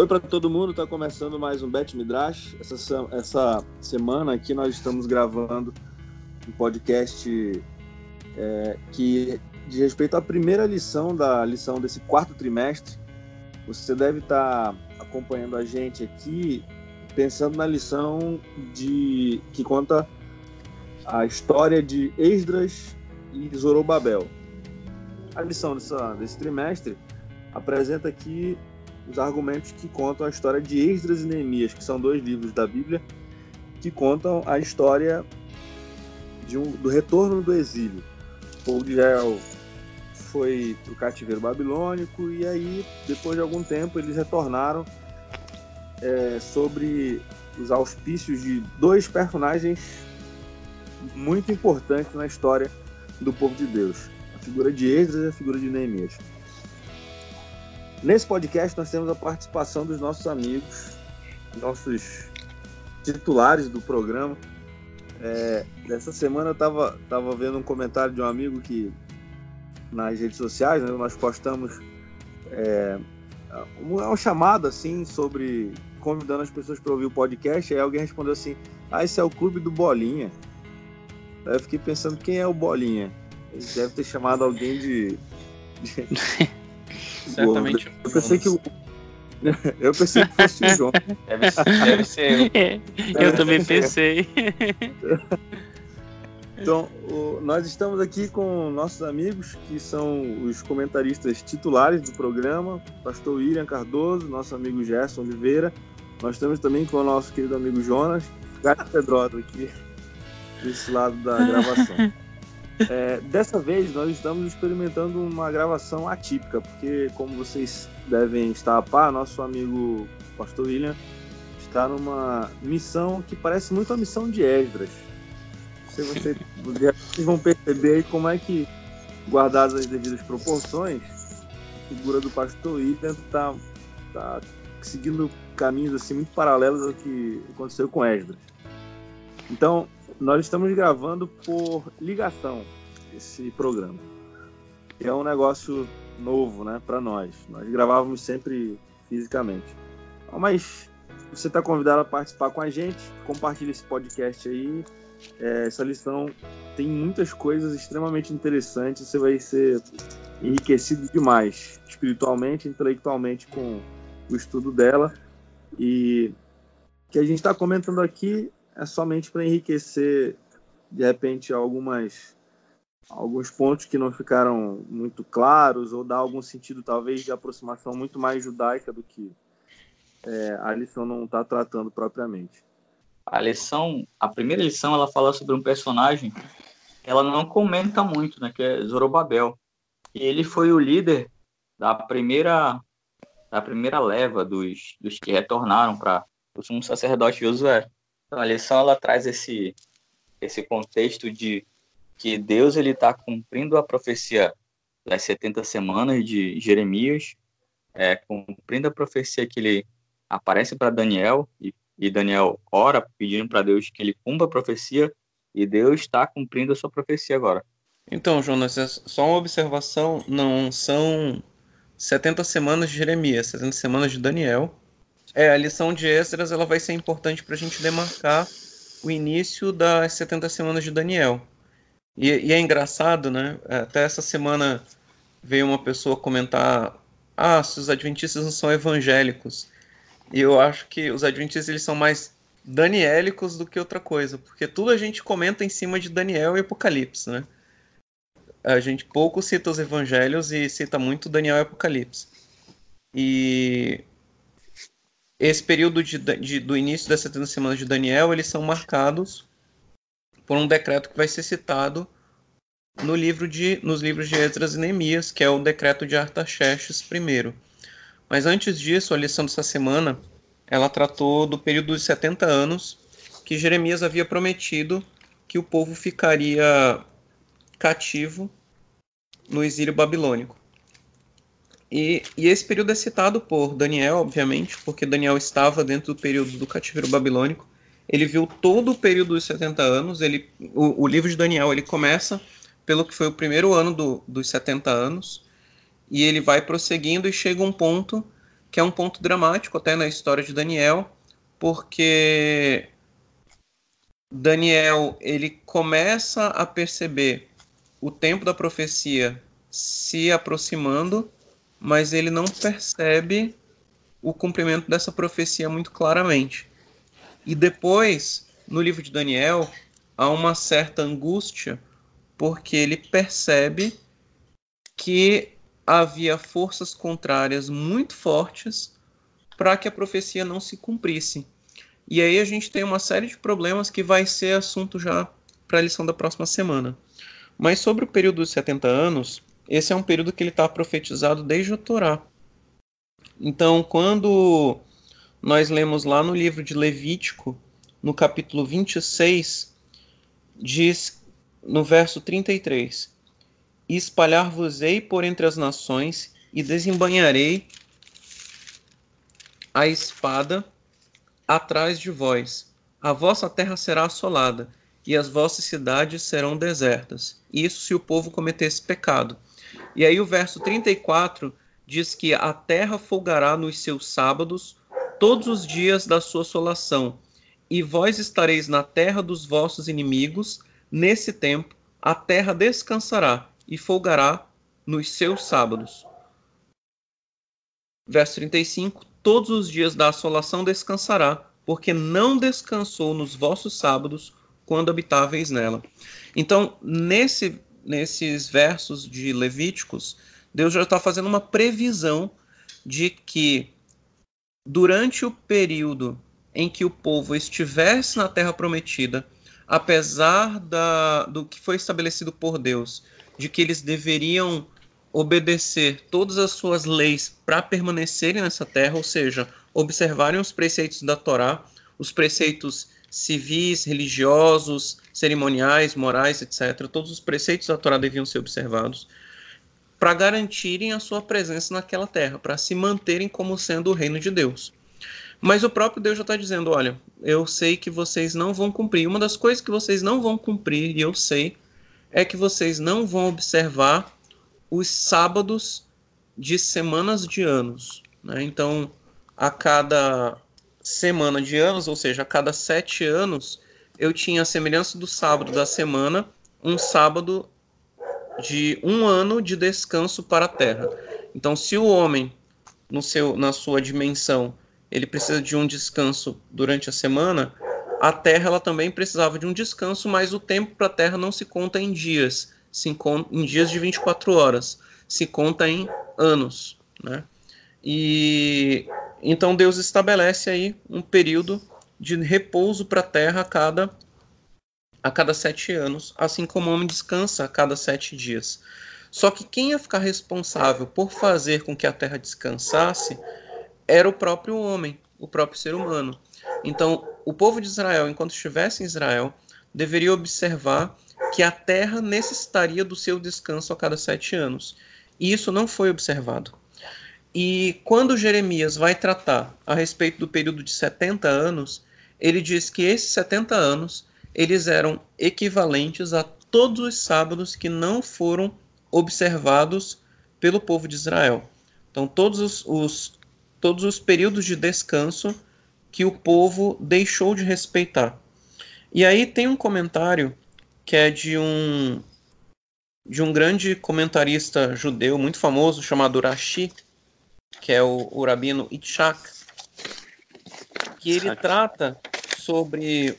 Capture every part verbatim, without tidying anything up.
Oi para todo mundo, está começando mais um Bet Midrash. Essa, essa semana aqui nós estamos gravando um podcast é, que diz respeito à primeira lição da lição desse quarto trimestre. Você deve estar acompanhando a gente aqui pensando na lição de, que conta a história de Esdras e Zorobabel. A lição dessa, desse trimestre apresenta aqui os argumentos que contam a história de Esdras e Neemias, que são dois livros da Bíblia que contam a história de um, do retorno do exílio. O povo de Israel foi para o cativeiro babilônico e aí, depois de algum tempo, eles retornaram é, sobre os auspícios de dois personagens muito importantes na história do povo de Deus, a figura de Esdras e a figura de Neemias. Nesse podcast nós temos a participação dos nossos amigos, nossos titulares do programa. É, dessa semana eu estava tava vendo um comentário de um amigo que nas redes sociais, né, nós postamos é, uma chamada assim, sobre convidando as pessoas para ouvir o podcast, aí alguém respondeu assim: ah, esse é o clube do Bolinha. Aí eu fiquei pensando, quem é o Bolinha? Ele deve ter chamado alguém de... de... Certamente. Eu pensei que o... eu pensei que fosse o João. Deve, deve ser. É, eu também pensei. Então, o... nós estamos aqui com nossos amigos, que são os comentaristas titulares do programa, pastor William Cardoso, nosso amigo Gerson Oliveira. Nós estamos também com o nosso querido amigo Jonas, Gato Pedrosa aqui, desse lado da gravação. É, dessa vez nós estamos experimentando uma gravação atípica, porque, como vocês devem estar a par, nosso amigo pastor William está numa missão que parece muito a missão de Esdras. Se você, vocês vão perceber como é que, guardadas as devidas proporções, a figura do pastor William está tá seguindo caminhos assim, muito paralelos ao que aconteceu com Esdras. Então, nós estamos gravando por ligação esse programa. É um negócio novo, né, para nós. Nós gravávamos sempre fisicamente. Mas você está convidado a participar com a gente. Compartilhe esse podcast aí. É, essa lição tem muitas coisas extremamente interessantes. Você vai ser enriquecido demais, espiritualmente, intelectualmente, com o estudo dela. E o que a gente está comentando aqui é somente para enriquecer, de repente, algumas, alguns pontos que não ficaram muito claros, ou dar algum sentido, talvez, de aproximação muito mais judaica do que é, a lição não está tratando propriamente. A lição, a primeira lição, ela fala sobre um personagem, ela não comenta muito, né, que é Zorobabel. E ele foi o líder da primeira, da primeira leva dos, dos que retornaram para o sumo sacerdote Josué. Então, a lição ela traz esse, esse contexto de que Deus está cumprindo a profecia das setenta semanas de Jeremias, é, cumprindo a profecia que ele aparece para Daniel, e, e Daniel ora pedindo para Deus que ele cumpra a profecia, e Deus está cumprindo a sua profecia agora. Então, Jonas, é só uma observação, não são setenta semanas de Jeremias, setenta semanas de Daniel. É, a lição de Esdras ela vai ser importante para a gente demarcar o início das setenta semanas de Daniel. E, e é engraçado, né? Até essa semana veio uma pessoa comentar: ah, se os adventistas não são evangélicos. E eu acho que os adventistas eles são mais daniélicos do que outra coisa, porque tudo a gente comenta em cima de Daniel e Apocalipse, né? A gente pouco cita os evangelhos e cita muito Daniel e Apocalipse. E esse período de, de, do início das setenta semanas de Daniel, eles são marcados por um decreto que vai ser citado no livro de, nos livros de Esdras e Neemias, que é o decreto de Artaxerxes I. Mas antes disso, a lição dessa semana, ela tratou do período de setenta anos que Jeremias havia prometido que o povo ficaria cativo no exílio babilônico. E, e esse período é citado por Daniel, obviamente, porque Daniel estava dentro do período do cativeiro babilônico. Ele viu todo o período dos setenta anos. Ele, o, o livro de Daniel ele começa pelo que foi o primeiro ano do, dos setenta anos, e ele vai prosseguindo e chega a um ponto que é um ponto dramático até na história de Daniel, porque Daniel ele começa a perceber o tempo da profecia se aproximando, mas ele não percebe o cumprimento dessa profecia muito claramente. E depois, no livro de Daniel, há uma certa angústia, porque ele percebe que havia forças contrárias muito fortes para que a profecia não se cumprisse. E aí a gente tem uma série de problemas que vai ser assunto já para a lição da próxima semana. Mas sobre o período dos setenta anos, esse é um período que ele está profetizado desde a Torá. Então, quando nós lemos lá no livro de Levítico, no capítulo vinte e seis, diz no verso trinta e três: E espalhar-vos-ei por entre as nações, e desembainharei a espada atrás de vós. A vossa terra será assolada, e as vossas cidades serão desertas. Isso se o povo cometesse pecado. E aí o verso trinta e quatro diz que a terra folgará nos seus sábados, todos os dias da sua assolação, e vós estareis na terra dos vossos inimigos. Nesse tempo a terra descansará e folgará nos seus sábados. Verso trinta e cinco: Todos os dias da assolação descansará, porque não descansou nos vossos sábados, quando habitáveis nela. Então, nesse, nesses versos de Levíticos, Deus já está fazendo uma previsão de que durante o período em que o povo estivesse na Terra Prometida, apesar da, do que foi estabelecido por Deus, de que eles deveriam obedecer todas as suas leis para permanecerem nessa terra, ou seja, observarem os preceitos da Torá, os preceitos civis, religiosos, cerimoniais, morais, etcétera. Todos os preceitos da Torá deviam ser observados para garantirem a sua presença naquela terra, para se manterem como sendo o reino de Deus. Mas o próprio Deus já está dizendo, olha, eu sei que vocês não vão cumprir. Uma das coisas que vocês não vão cumprir, e eu sei, é que vocês não vão observar os sábados de semanas de anos. Né? Então, a cada semana de anos, ou seja, a cada sete anos, eu tinha a semelhança do sábado da semana, um sábado de um ano de descanso para a terra. Então, se o homem, no seu, na sua dimensão, ele precisa de um descanso durante a semana, a terra ela também precisava de um descanso, mas o tempo para a terra não se conta em dias, se conta em dias de vinte e quatro horas, se conta em anos, né? E então Deus estabelece aí um período de repouso para a terra a cada, a cada sete anos, assim como o homem descansa a cada sete dias. Só que quem ia ficar responsável por fazer com que a terra descansasse era o próprio homem, o próprio ser humano. Então, o povo de Israel, enquanto estivesse em Israel, deveria observar que a terra necessitaria do seu descanso a cada sete anos. E isso não foi observado. E quando Jeremias vai tratar a respeito do período de setenta anos, ele diz que esses setenta anos eles eram equivalentes a todos os sábados que não foram observados pelo povo de Israel. Então, todos os, os, todos os períodos de descanso que o povo deixou de respeitar. E aí tem um comentário que é de um, de um grande comentarista judeu muito famoso chamado Rashi, que é o, o rabino Itzhak, que ele trata sobre,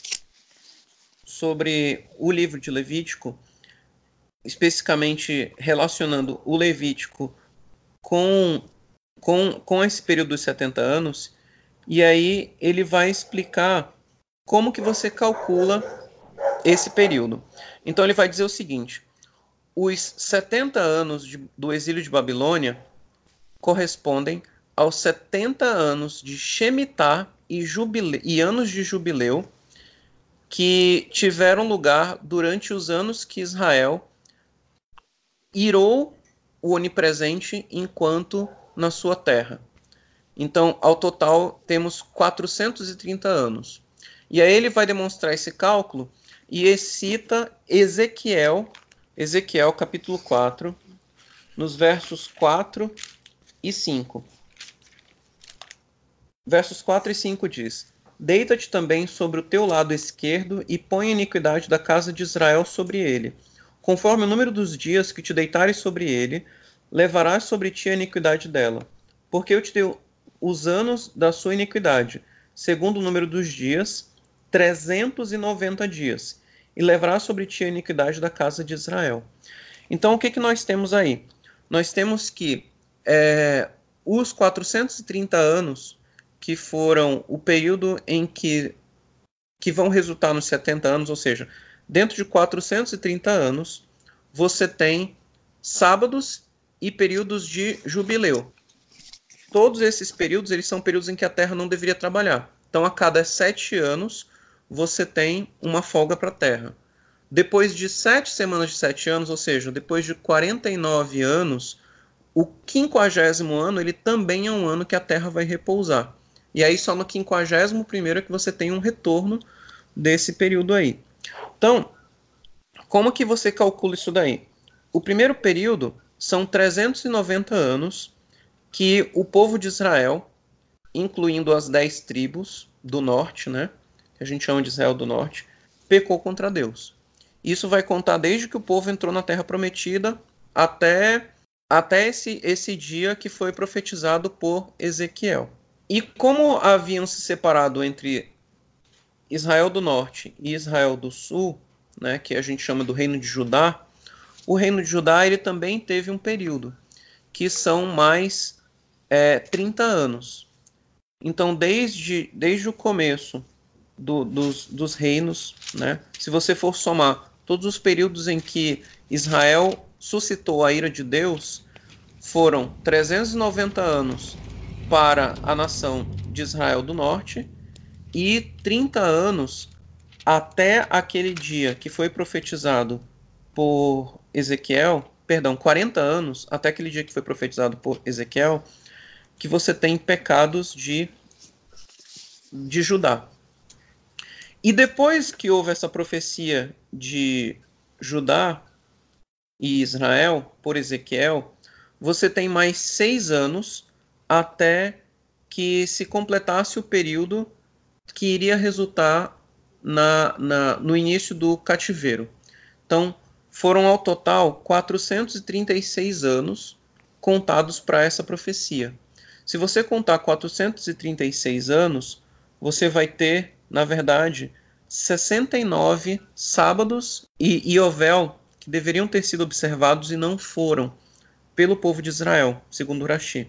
sobre o livro de Levítico, especificamente relacionando o Levítico com, com, com esse período dos setenta anos, e aí ele vai explicar como que você calcula esse período. Então ele vai dizer o seguinte: os setenta anos de, do exílio de Babilônia correspondem aos setenta anos de Shemitah e, jubile, e anos de jubileu que tiveram lugar durante os anos que Israel irou o onipresente enquanto na sua terra. Então, ao total, temos quatrocentos e trinta anos. E aí ele vai demonstrar esse cálculo e cita Ezequiel, Ezequiel capítulo quatro, nos versos quatro e cinco. versos quatro e cinco diz: Deita-te também sobre o teu lado esquerdo e põe a iniquidade da casa de Israel sobre ele. Conforme o número dos dias que te deitares sobre ele, levarás sobre ti a iniquidade dela. Porque eu te dei os anos da sua iniquidade, segundo o número dos dias, trezentos e noventa dias, e levarás sobre ti a iniquidade da casa de Israel. Então, o que, que nós temos aí? Nós temos que é, os quatrocentos e trinta anos, que foram o período em que, que vão resultar nos setenta anos, ou seja, dentro de quatrocentos e trinta anos, você tem sábados e períodos de jubileu. Todos esses períodos, eles são períodos em que a terra não deveria trabalhar. Então, a cada sete anos, você tem uma folga para a terra. Depois de sete semanas de sete anos, ou seja, depois de quarenta e nove anos, o quinquagésimo ano, ele também é um ano que a terra vai repousar. E aí, só no quinquagésimo primeiro é que você tem um retorno desse período aí. Então, como que você calcula isso daí? O primeiro período são trezentos e noventa anos que o povo de Israel, incluindo as dez tribos do norte, né, que a gente chama de Israel do norte, pecou contra Deus. Isso vai contar desde que o povo entrou na Terra Prometida até, até esse, esse dia que foi profetizado por Ezequiel. E como haviam se separado entre Israel do Norte e Israel do Sul, né, que a gente chama do Reino de Judá, o Reino de Judá ele também teve um período, que são mais é, trinta anos. Então, desde, desde o começo do, dos, dos reinos, né, se você for somar todos os períodos em que Israel suscitou a ira de Deus, foram trezentos e noventa anos para a nação de Israel do Norte e trinta anos até aquele dia que foi profetizado por Ezequiel, perdão, quarenta anos até aquele dia que foi profetizado por Ezequiel, que você tem pecados de, de Judá. E depois que houve essa profecia de Judá e Israel por Ezequiel, você tem mais seis anos até que se completasse o período que iria resultar na, na, no início do cativeiro. Então, foram ao total quatrocentos e trinta e seis anos contados para essa profecia. Se você contar quatrocentos e trinta e seis anos, você vai ter, na verdade, sessenta e nove sábados e Iovel que deveriam ter sido observados e não foram pelo povo de Israel, segundo Rashi.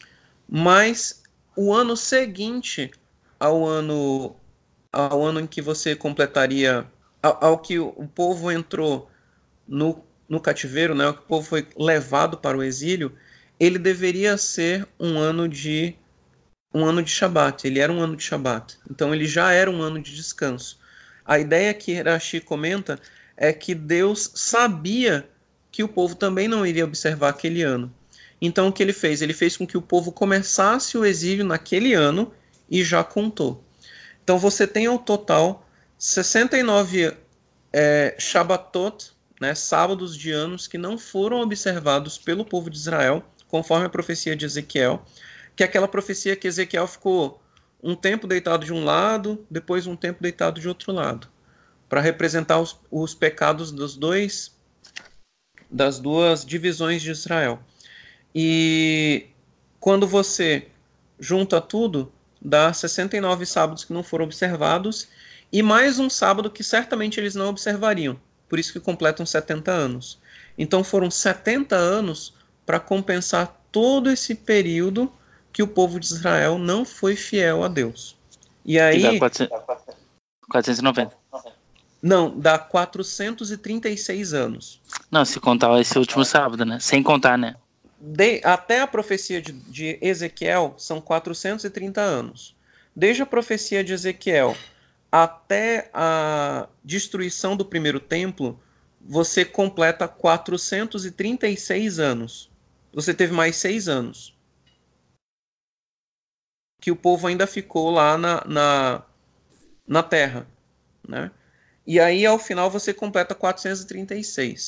Mas o ano seguinte ao ano, ao ano em que você completaria, ao, ao que o povo entrou no, no cativeiro, né, o que o povo foi levado para o exílio, ele deveria ser um ano de um ano de Shabat. Ele era um ano de Shabat. Então ele já era um ano de descanso. A ideia que Rashi comenta é que Deus sabia que o povo também não iria observar aquele ano. Então o que ele fez? Ele fez com que o povo começasse o exílio naquele ano e já contou. Então você tem ao total sessenta e nove é, Shabbatot, né, sábados de anos que não foram observados pelo povo de Israel, conforme a profecia de Ezequiel, que é aquela profecia que Ezequiel ficou um tempo deitado de um lado, depois um tempo deitado de outro lado, para representar os, os pecados dos dois, das duas divisões de Israel. E quando você junta tudo, dá sessenta e nove sábados que não foram observados e mais um sábado que certamente eles não observariam, por isso que completam setenta anos. Então foram setenta anos para compensar todo esse período que o povo de Israel não foi fiel a Deus. E aí... E dá quatrocentos e noventa. Não, dá quatrocentos e trinta e seis anos. Não, se contar esse último sábado, né? Sem contar, né? De, até a profecia de, de Ezequiel são quatrocentos e trinta anos. Desde a profecia de Ezequiel até a destruição do primeiro templo, você completa quatrocentos e trinta e seis anos. Você teve mais seis anos. Que o povo ainda ficou lá na, na, na terra, né? E aí, ao final, você completa quatrocentos e trinta e seis.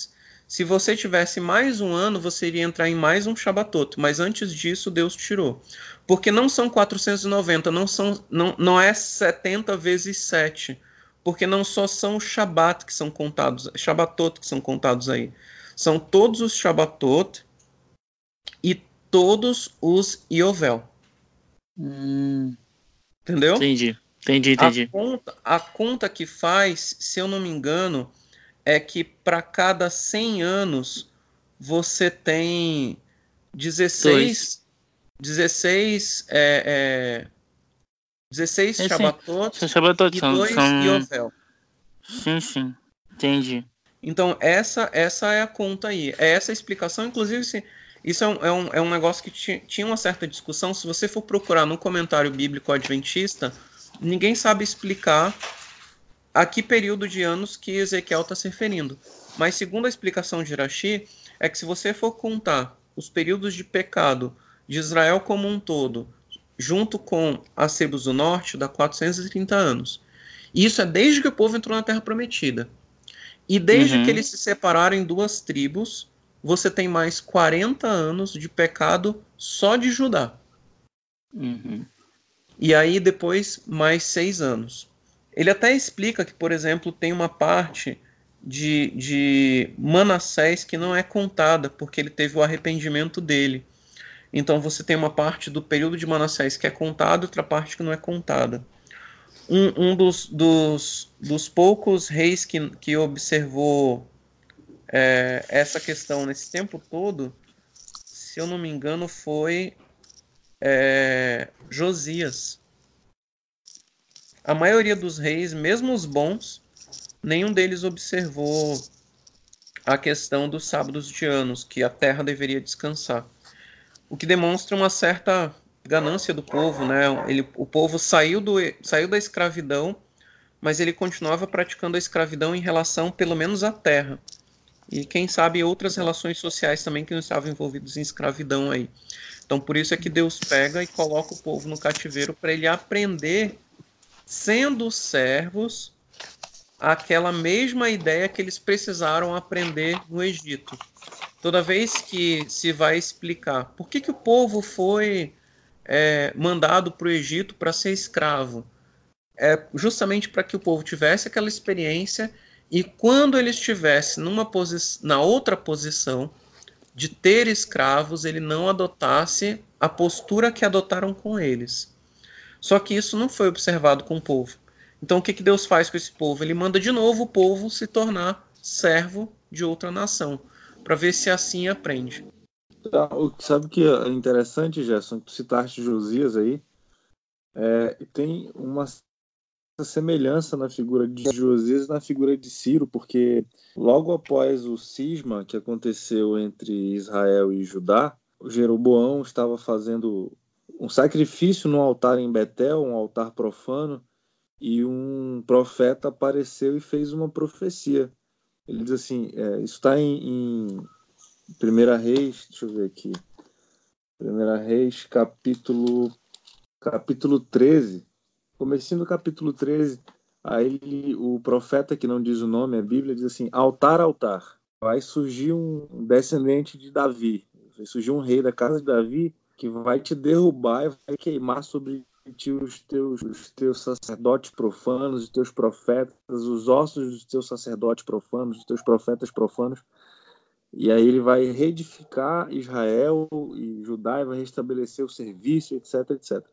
Se você tivesse mais um ano, você iria entrar em mais um Shabatot, mas antes disso Deus tirou. Porque não são quatrocentos e noventa, não, são, não, não é setenta vezes sete, porque não só são os Shabat que são contados, Shabatot que são contados aí. São todos os Shabatot e todos os Yovel. Hum, Entendeu? entendi, entendi, entendi. A conta, a conta que faz, se eu não me engano, é que para cada cem anos você tem dezesseis, dezesseis, é, é, dezesseis É, sim. Shabatot São Shabbatot, e são, dois são... Yovel. Sim, sim. Entendi. Então, essa, essa é a conta aí. É essa a explicação. Inclusive, se, isso é um, é, um, é um negócio que ti, tinha uma certa discussão. Se você for procurar no comentário bíblico adventista, ninguém sabe explicar a que período de anos que Ezequiel está se referindo. Mas, segundo a explicação de Rashi, é que se você for contar os períodos de pecado de Israel como um todo, junto com as tribos do norte, dá quatrocentos e trinta anos. E isso é desde que o povo entrou na Terra Prometida. E desde Uhum. que eles se separaram em duas tribos, você tem mais quarenta anos de pecado só de Judá. Uhum. E aí depois mais seis anos. Ele até explica que, por exemplo, tem uma parte de, de Manassés que não é contada, porque ele teve o arrependimento dele. Então você tem uma parte do período de Manassés que é contada e outra parte que não é contada. Um, um dos, dos, dos poucos reis que, que observou é, essa questão nesse tempo todo, se eu não me engano, foi é, Josias. A maioria dos reis, mesmo os bons, nenhum deles observou a questão dos sábados de anos, que a terra deveria descansar. O que demonstra uma certa ganância do povo, né? Ele, o povo saiu, do, saiu da escravidão, mas ele continuava praticando a escravidão em relação, pelo menos, à terra. E quem sabe outras relações sociais também que não estavam envolvidas em escravidão aí. Então por isso é que Deus pega e coloca o povo no cativeiro para ele aprender, sendo servos, aquela mesma ideia que eles precisaram aprender no Egito. Toda vez que se vai explicar por que, que o povo foi é, mandado para o Egito para ser escravo, é justamente para que o povo tivesse aquela experiência e quando ele estivesse numa posi- na outra posição de ter escravos, ele não adotasse a postura que adotaram com eles. Só que isso não foi observado com o povo. Então o que, que Deus faz com esse povo? Ele manda de novo o povo se tornar servo de outra nação, para ver se assim aprende. Sabe o que é interessante, Gerson? Tu citaste Josias aí. É, tem uma semelhança na figura de Josias e na figura de Ciro, porque logo após o cisma que aconteceu entre Israel e Judá, o Jeroboão estava fazendo um sacrifício no altar em Betel, um altar profano, e um profeta apareceu e fez uma profecia. Ele diz assim, é, isso está em, em Primeira Reis, deixa eu ver aqui, Primeira Reis, capítulo, capítulo treze, comecinho do capítulo treze, aí o profeta, que não diz o nome, a Bíblia diz assim, altar, altar, vai surgir um descendente de Davi, vai surgir um rei da casa de Davi que vai te derrubar e vai queimar sobre ti os teus, os teus sacerdotes profanos, os teus profetas, os ossos dos teus sacerdotes profanos, dos teus profetas profanos. E aí ele vai reedificar Israel e Judá e vai restabelecer o serviço, etc, etcétera.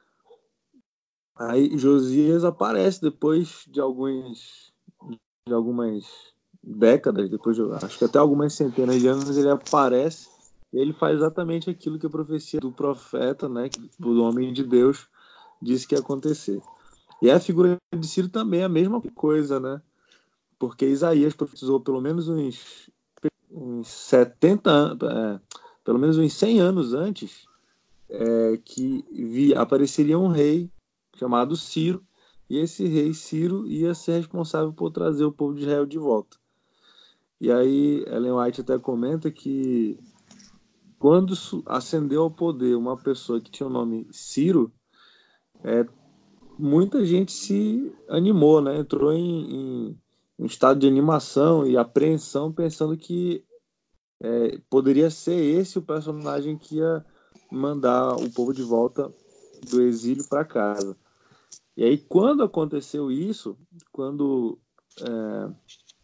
Aí Josias aparece depois de alguns de algumas décadas, depois de, acho que até algumas centenas de anos, ele aparece e ele faz exatamente aquilo que a profecia do profeta, né, do homem de Deus, disse que ia acontecer. E a figura de Ciro também é a mesma coisa, né? Porque Isaías profetizou pelo menos uns, uns setenta anos, é, pelo menos uns cem anos antes, é, que via, apareceria um rei chamado Ciro, e esse rei Ciro ia ser responsável por trazer o povo de Israel de volta. E aí Ellen White até comenta que quando ascendeu ao poder uma pessoa que tinha o nome Ciro, é, muita gente se animou, né? Entrou em, em, um estado de animação e apreensão, pensando que é, poderia ser esse o personagem que ia mandar o povo de volta do exílio para casa. E aí, quando aconteceu isso, quando, é,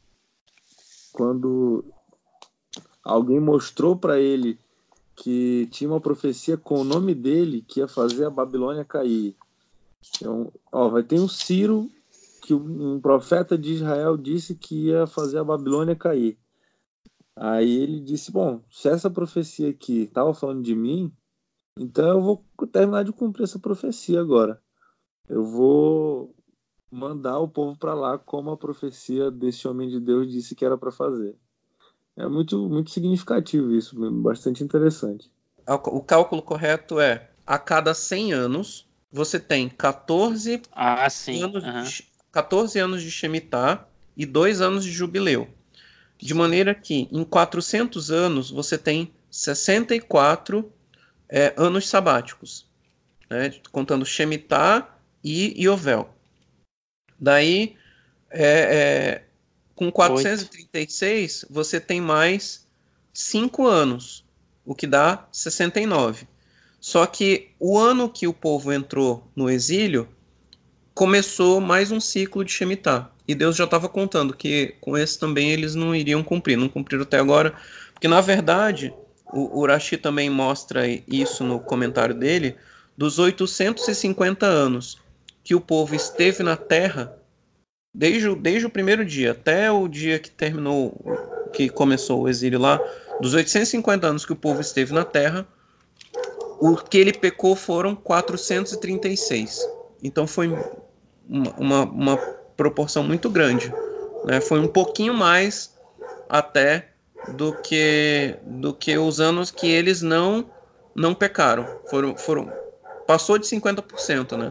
quando alguém mostrou para ele que tinha uma profecia com o nome dele que ia fazer a Babilônia cair. Então, ó, vai ter um Ciro, que um profeta de Israel disse que ia fazer a Babilônia cair. Aí ele disse, bom, se essa profecia aqui estava falando de mim, então eu vou terminar de cumprir essa profecia agora. Eu vou mandar o povo para lá como a profecia desse homem de Deus disse que era para fazer. É muito, muito significativo isso, bastante interessante. O cálculo correto é, a cada cem anos, você tem quatorze, Ah, sim. anos, Uhum. de, quatorze anos de Shemitah e dois anos de jubileu. De maneira que, em quatrocentos anos, você tem sessenta e quatro é, anos sabáticos, né, contando Shemitah e Yovel. Daí, é, é, com quatrocentos e trinta e seis, Oito. Você tem mais cinco anos, o que dá sessenta e nove. Só que o ano que o povo entrou no exílio, começou mais um ciclo de Shemitah. E Deus já estava contando que com esse também eles não iriam cumprir, não cumpriram até agora. Porque, na verdade, o Urashi também mostra isso no comentário dele, dos oitocentos e cinquenta anos que o povo esteve na terra, desde, desde o primeiro dia até o dia que terminou, que começou o exílio lá, dos oitocentos e cinquenta anos que o povo esteve na terra, o que ele pecou foram quatrocentos e trinta e seis. Então foi uma, uma, uma proporção muito grande, né? Foi um pouquinho mais até do que do que os anos que eles não não pecaram. Foram, foram passou de cinquenta por cento, né?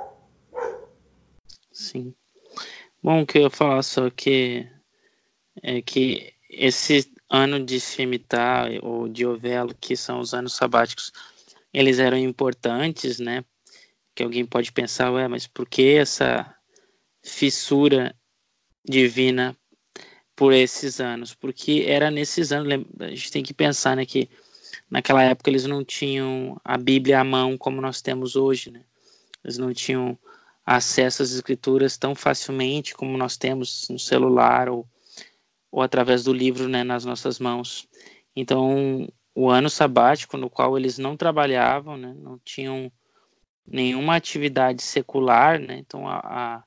Sim. Bom, o que eu ia falar só que é que esse ano de Shemitah ou de Yovel, que são os anos sabáticos, eles eram importantes, né? Que alguém pode pensar, ué, mas por que essa fissura divina por esses anos? Porque era nesses anos, a gente tem que pensar, né, que naquela época eles não tinham a Bíblia à mão como nós temos hoje, né? Eles não tinham acesso às escrituras tão facilmente como nós temos no celular ou, ou através do livro, né, nas nossas mãos. Então, o ano sabático, no qual eles não trabalhavam, né, não tinham nenhuma atividade secular, né, então a, a,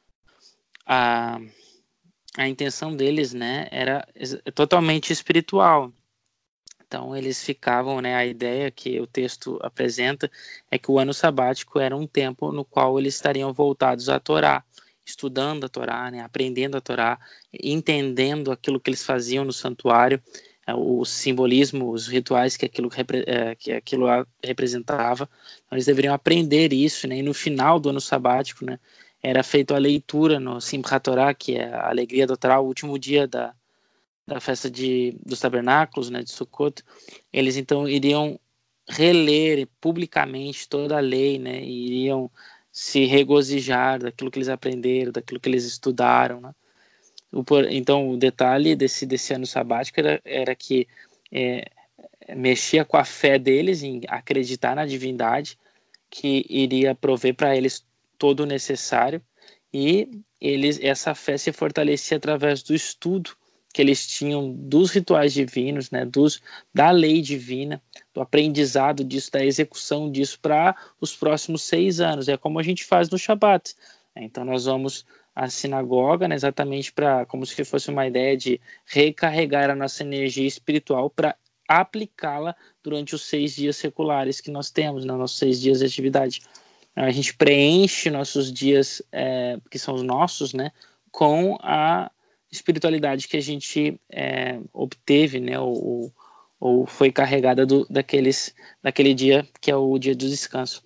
a, a intenção deles, né, era totalmente espiritual. Então eles ficavam, né, a ideia que o texto apresenta é que o ano sabático era um tempo no qual eles estariam voltados à Torá, estudando a Torá, né, aprendendo a Torá, entendendo aquilo que eles faziam no santuário, o simbolismo, os rituais que aquilo, que aquilo representava. Então, eles deveriam aprender isso, né, e no final do ano sabático, né, era feita a leitura no Simchat Torah, que é a alegria da Torá, o último dia da da festa de, dos tabernáculos, né, de Sukkot. Eles então iriam reler publicamente toda a lei, né, e iriam se regozijar daquilo que eles aprenderam, daquilo que eles estudaram, né. O, então o detalhe desse, desse ano sabático era, era que é, mexia com a fé deles em acreditar na divindade que iria prover para eles todo o necessário, e eles, essa fé se fortalecia através do estudo que eles tinham dos rituais divinos, né, dos, da lei divina, do aprendizado disso, da execução disso para os próximos seis anos. É como a gente faz no Shabat. Então nós vamos à sinagoga, né, exatamente para, como se fosse uma ideia de recarregar a nossa energia espiritual para aplicá-la durante os seis dias seculares que nós temos, né, nossos seis dias de atividade. A gente preenche nossos dias, é, que são os nossos, né, com a espiritualidade que a gente é, obteve, né, ou, ou foi carregada do, daqueles, daquele dia que é o dia do descanso.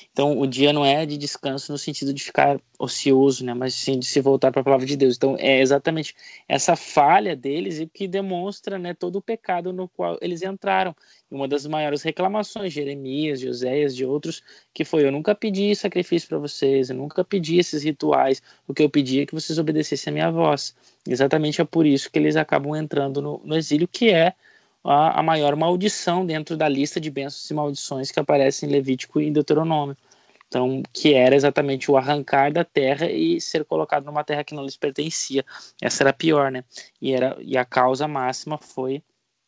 Então, o dia não é de descanso no sentido de ficar ocioso, né? Mas sim de se voltar para a palavra de Deus. Então, é exatamente essa falha deles e que demonstra, né, todo o pecado no qual eles entraram. Uma das maiores reclamações de Jeremias, de Oséias, de outros, que foi: eu nunca pedi sacrifício para vocês, eu nunca pedi esses rituais, o que eu pedi é que vocês obedecessem a minha voz. Exatamente é por isso que eles acabam entrando no, no exílio, que é a, a maior maldição dentro da lista de bênçãos e maldições que aparece em Levítico e em Deuteronômio. Então, que era exatamente o arrancar da terra e ser colocado numa terra que não lhes pertencia. Essa era a pior, né? E, era, e a causa máxima foi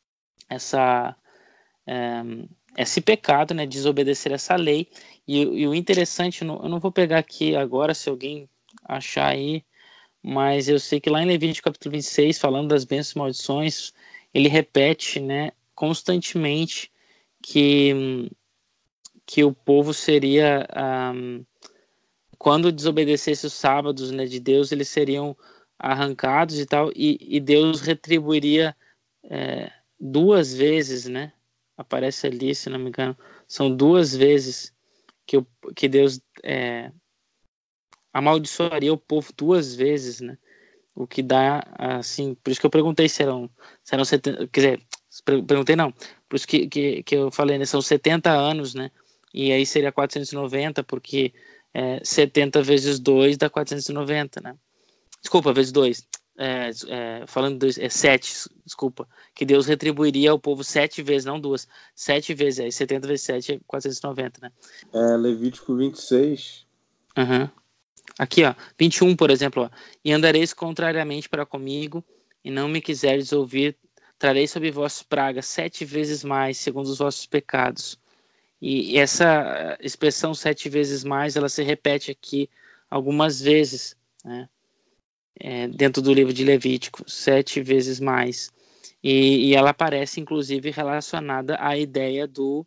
essa, é, esse pecado, né? Desobedecer essa lei. E, e o interessante, eu não vou pegar aqui agora, se alguém achar aí, mas eu sei que lá em Levítico capítulo vinte e seis, falando das bênçãos e maldições, ele repete, né, constantemente que... que o povo seria, um, quando desobedecesse os sábados, né, de Deus, eles seriam arrancados e tal, e, e Deus retribuiria é, duas vezes, né, aparece ali, se não me engano, são duas vezes que, o, que Deus é, amaldiçoaria o povo duas vezes, né, o que dá, assim, por isso que eu perguntei se eram, se eram setenta, quer dizer, perguntei não, por isso que, que, que eu falei, né, são setenta anos, né, e aí seria quatrocentos e noventa, porque é, setenta vezes dois dá quatrocentos e noventa, né? Desculpa, vezes dois. É, é, falando dois, é sete, desculpa. Que Deus retribuiria ao povo sete vezes, não duas. Sete vezes, aí setenta vezes sete é quatrocentos e noventa, né? É, Levítico vinte e seis. Uhum. Aqui, ó, vinte e um, por exemplo, ó. E andareis contrariamente para comigo, e não me quiseres ouvir, trarei sobre vós pragas sete vezes mais, segundo os vossos pecados. E essa expressão sete vezes mais, ela se repete aqui algumas vezes, né? É, dentro do livro de Levítico, sete vezes mais. E, e ela aparece, inclusive, relacionada à ideia do,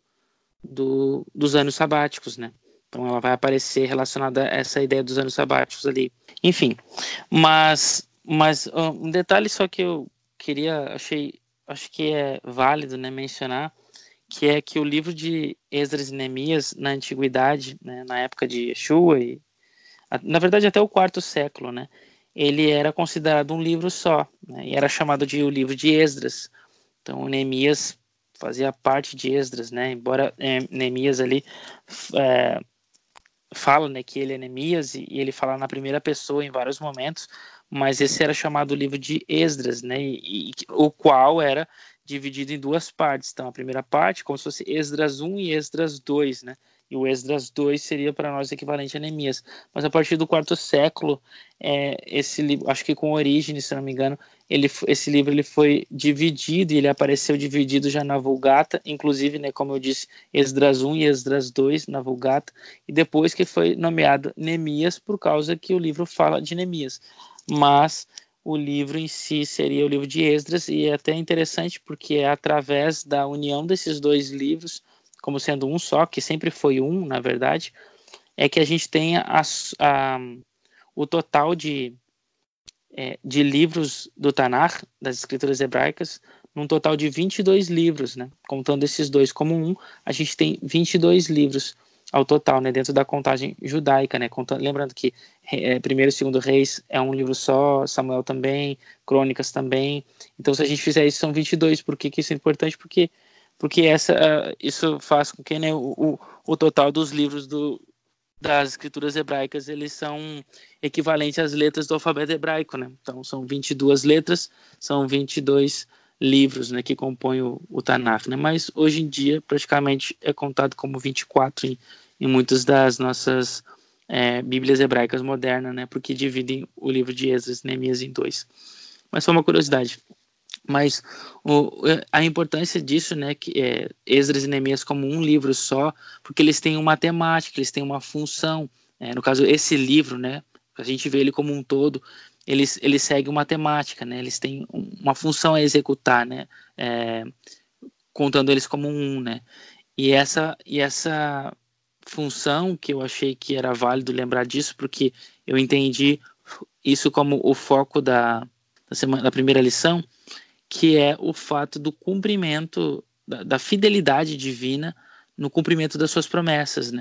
do, dos anos sabáticos, né? Então ela vai aparecer relacionada a essa ideia dos anos sabáticos ali. Enfim, mas, mas um detalhe só que eu queria, achei, acho que é válido, né, mencionar, que é que o livro de Esdras e Neemias, na antiguidade, né, na época de Yeshua, e, na verdade até o quarto século, né, ele era considerado um livro só, né, e era chamado de o livro de Esdras. Então o Neemias fazia parte de Esdras, né, embora é, Neemias ali é, fala, né, que ele é Neemias, e, e ele fala na primeira pessoa em vários momentos, mas esse era chamado o livro de Esdras, né, e, e o qual era dividido em duas partes. Então, a primeira parte, como se fosse Esdras um e Esdras dois, né? E o Esdras dois seria para nós equivalente a Neemias. Mas a partir do quarto século, é, esse livro, acho que com Orígenes, se não me engano, ele, esse livro ele foi dividido, e ele apareceu dividido já na Vulgata, inclusive, né, como eu disse, Esdras um e Esdras dois na Vulgata, e depois que foi nomeado Neemias, por causa que o livro fala de Neemias. Mas o livro em si seria o livro de Esdras, e é até interessante porque é através da união desses dois livros, como sendo um só, que sempre foi um, na verdade, é que a gente tem a, a, o total de, é, de livros do Tanar, das escrituras hebraicas, num total de vinte e dois livros, né? Contando esses dois como um, a gente tem vinte e dois livros ao total, né, dentro da contagem judaica, né, contando, lembrando que é, primeiro e segundo Reis é um livro só, Samuel também, Crônicas também. Então, se a gente fizer isso, são vinte e dois. Por que, que isso é importante? Porque, porque essa, uh, isso faz com que, né, o, o, o total dos livros do, das escrituras hebraicas, eles são equivalentes às letras do alfabeto hebraico, né? Então, são vinte e duas letras, são vinte e dois livros, né, que compõem o, o Tanakh, né? Mas hoje em dia praticamente é contado como vinte e quatro em, em muitas das nossas é, Bíblias hebraicas modernas, né, porque dividem o livro de Esdras e Neemias em dois. Mas foi uma curiosidade. Mas o, a importância disso, né, que é Esdras e Neemias como um livro só, porque eles têm uma temática, eles têm uma função. É, no caso, esse livro, né, a gente vê ele como um todo, eles, eles seguem uma temática, né? Eles têm uma função a executar, né? É, contando eles como um, né? E essa, e essa função que eu achei que era válido lembrar disso, porque eu entendi isso como o foco da, da, semana, da primeira lição, que é o fato do cumprimento, da, da fidelidade divina no cumprimento das suas promessas, né?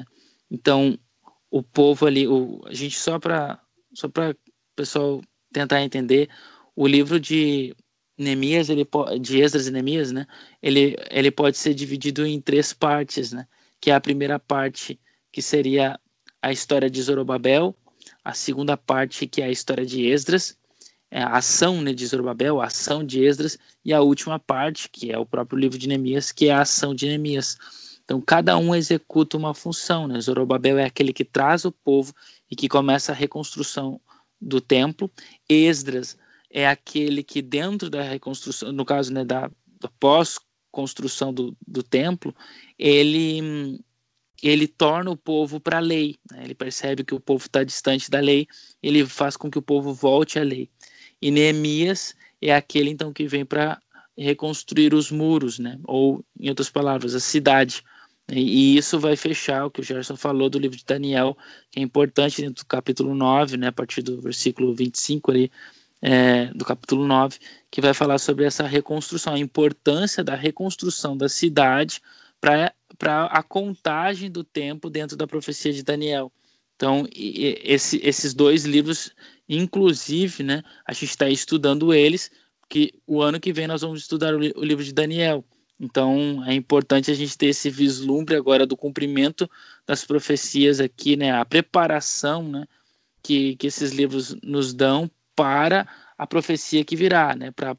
Então, o povo ali, o, a gente só para só para o pessoal tentar entender, o livro de Neemias, ele de Esdras e Neemias, né? Ele, ele pode ser dividido em três partes, né? Que é a primeira parte, que seria a história de Zorobabel, a segunda parte, que é a história de Esdras, é a ação, né, de Zorobabel, a ação de Esdras, e a última parte, que é o próprio livro de Neemias, que é a ação de Neemias. Então, cada um executa uma função, né? Zorobabel é aquele que traz o povo e que começa a reconstrução do templo. Esdras é aquele que, dentro da reconstrução, no caso, né, da, da pós-construção do, do templo, ele, ele torna o povo para a lei, né? Ele percebe que o povo está distante da lei, ele faz com que o povo volte à lei. E Neemias é aquele, então, que vem para reconstruir os muros, né? Ou, em outras palavras, a cidade. E isso vai fechar o que o Gerson falou do livro de Daniel, que é importante dentro do capítulo nove, né? A partir do versículo vinte e cinco ali, é, do capítulo nove, que vai falar sobre essa reconstrução, a importância da reconstrução da cidade para a contagem do tempo dentro da profecia de Daniel. Então, esse, esses dois livros, inclusive, né, a gente está estudando eles, porque o ano que vem nós vamos estudar o, o livro de Daniel. Então, é importante a gente ter esse vislumbre agora do cumprimento das profecias aqui, né, a preparação, né, que, que esses livros nos dão para a profecia que virá, né, para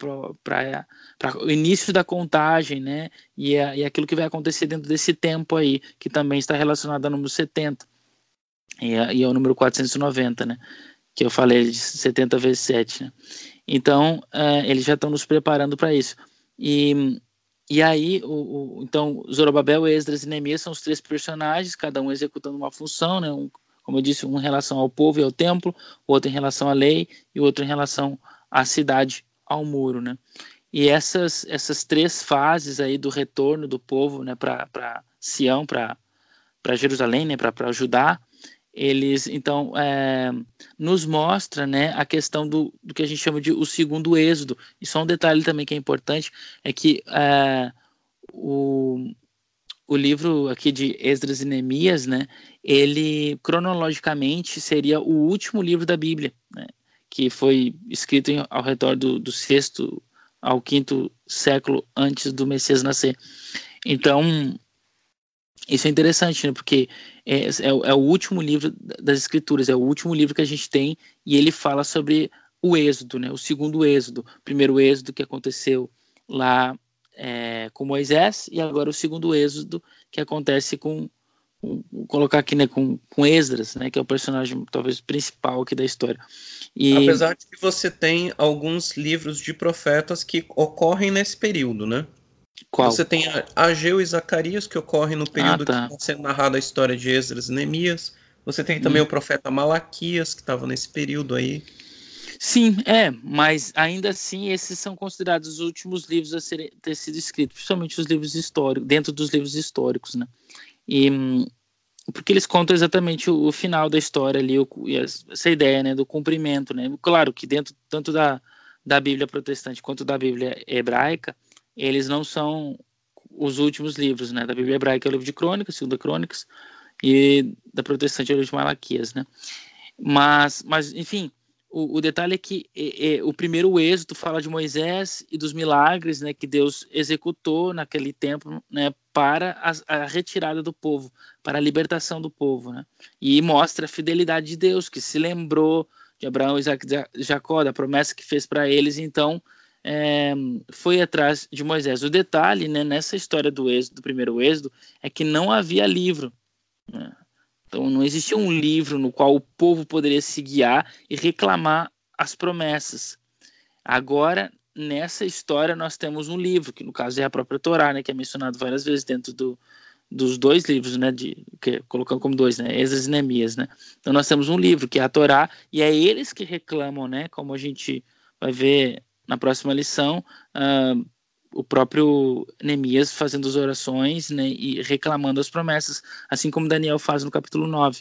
o início da contagem, né, e, a, e aquilo que vai acontecer dentro desse tempo aí, que também está relacionado ao número setenta. E é, e é o número quatrocentos e noventa, né? Que eu falei de setenta vezes sete, né? Então, uh, eles já estão nos preparando para isso. E, e aí, o, o, então, Zorobabel, Esdras e Neemias são os três personagens, cada um executando uma função, né? Um, como eu disse, um em relação ao povo e ao templo, o outro em relação à lei e o outro em relação à cidade, ao muro, né? E essas, essas três fases aí do retorno do povo, né, para Sião, para Jerusalém, né, para Judá, eles, então, é, nos mostra, né, a questão do, do que a gente chama de o segundo êxodo. E só um detalhe também que é importante, é que é, o, o livro aqui de Esdras e Neemias, né, ele, cronologicamente, seria o último livro da Bíblia, né, que foi escrito em, ao redor do, do sexto ao quinto século antes do Messias nascer. Então, isso é interessante, né? Porque é, é, é o último livro das Escrituras, é o último livro que a gente tem, e ele fala sobre o êxodo, né? O segundo êxodo. O primeiro êxodo que aconteceu lá é, com Moisés, e agora o segundo êxodo que acontece com, com vou colocar aqui, né, com, com Esdras, né? Que é o personagem talvez principal aqui da história. E, apesar de que você tem alguns livros de profetas que ocorrem nesse período, né? Qual? Você tem Ageu e Zacarias, que ocorrem no período ah, tá. que está sendo narrada a história de Esdras e Neemias. Você tem também hum. o profeta Malaquias, que estava nesse período aí. Sim, é, mas ainda assim esses são considerados os últimos livros a serem, ter sido escritos, principalmente os livros históricos, dentro dos livros históricos, né? E, porque eles contam exatamente o, o final da história ali, o, essa ideia, né, do cumprimento, né? Claro que dentro tanto da, da Bíblia protestante quanto da Bíblia hebraica, eles não são os últimos livros, né? Da Bíblia hebraica é o livro de Crônicas, Segunda Crônicas, e da protestante é o livro de Malaquias, né? Mas, mas enfim, o, o detalhe é que é, é, o primeiro êxodo fala de Moisés e dos milagres, né, que Deus executou naquele tempo, né, para a, a retirada do povo, para a libertação do povo, né? E mostra a fidelidade de Deus, que se lembrou de Abraão, Isaac e Jacó, da promessa que fez para eles, então É, foi atrás de Moisés. O detalhe, né, nessa história do êxodo, do primeiro êxodo, é que não havia livro, né? Então não existia um livro no qual o povo poderia se guiar e reclamar as promessas. Agora, nessa história, nós temos um livro, que no caso é a própria Torá, né, que é mencionado várias vezes dentro do, dos dois livros, né, de, que, colocando como dois, né, Esdras e Neemias, né? Então nós temos um livro, que é a Torá, e é eles que reclamam, né, como a gente vai ver na próxima lição, uh, o próprio Neemias fazendo as orações, né, e reclamando as promessas, assim como Daniel faz no capítulo nove.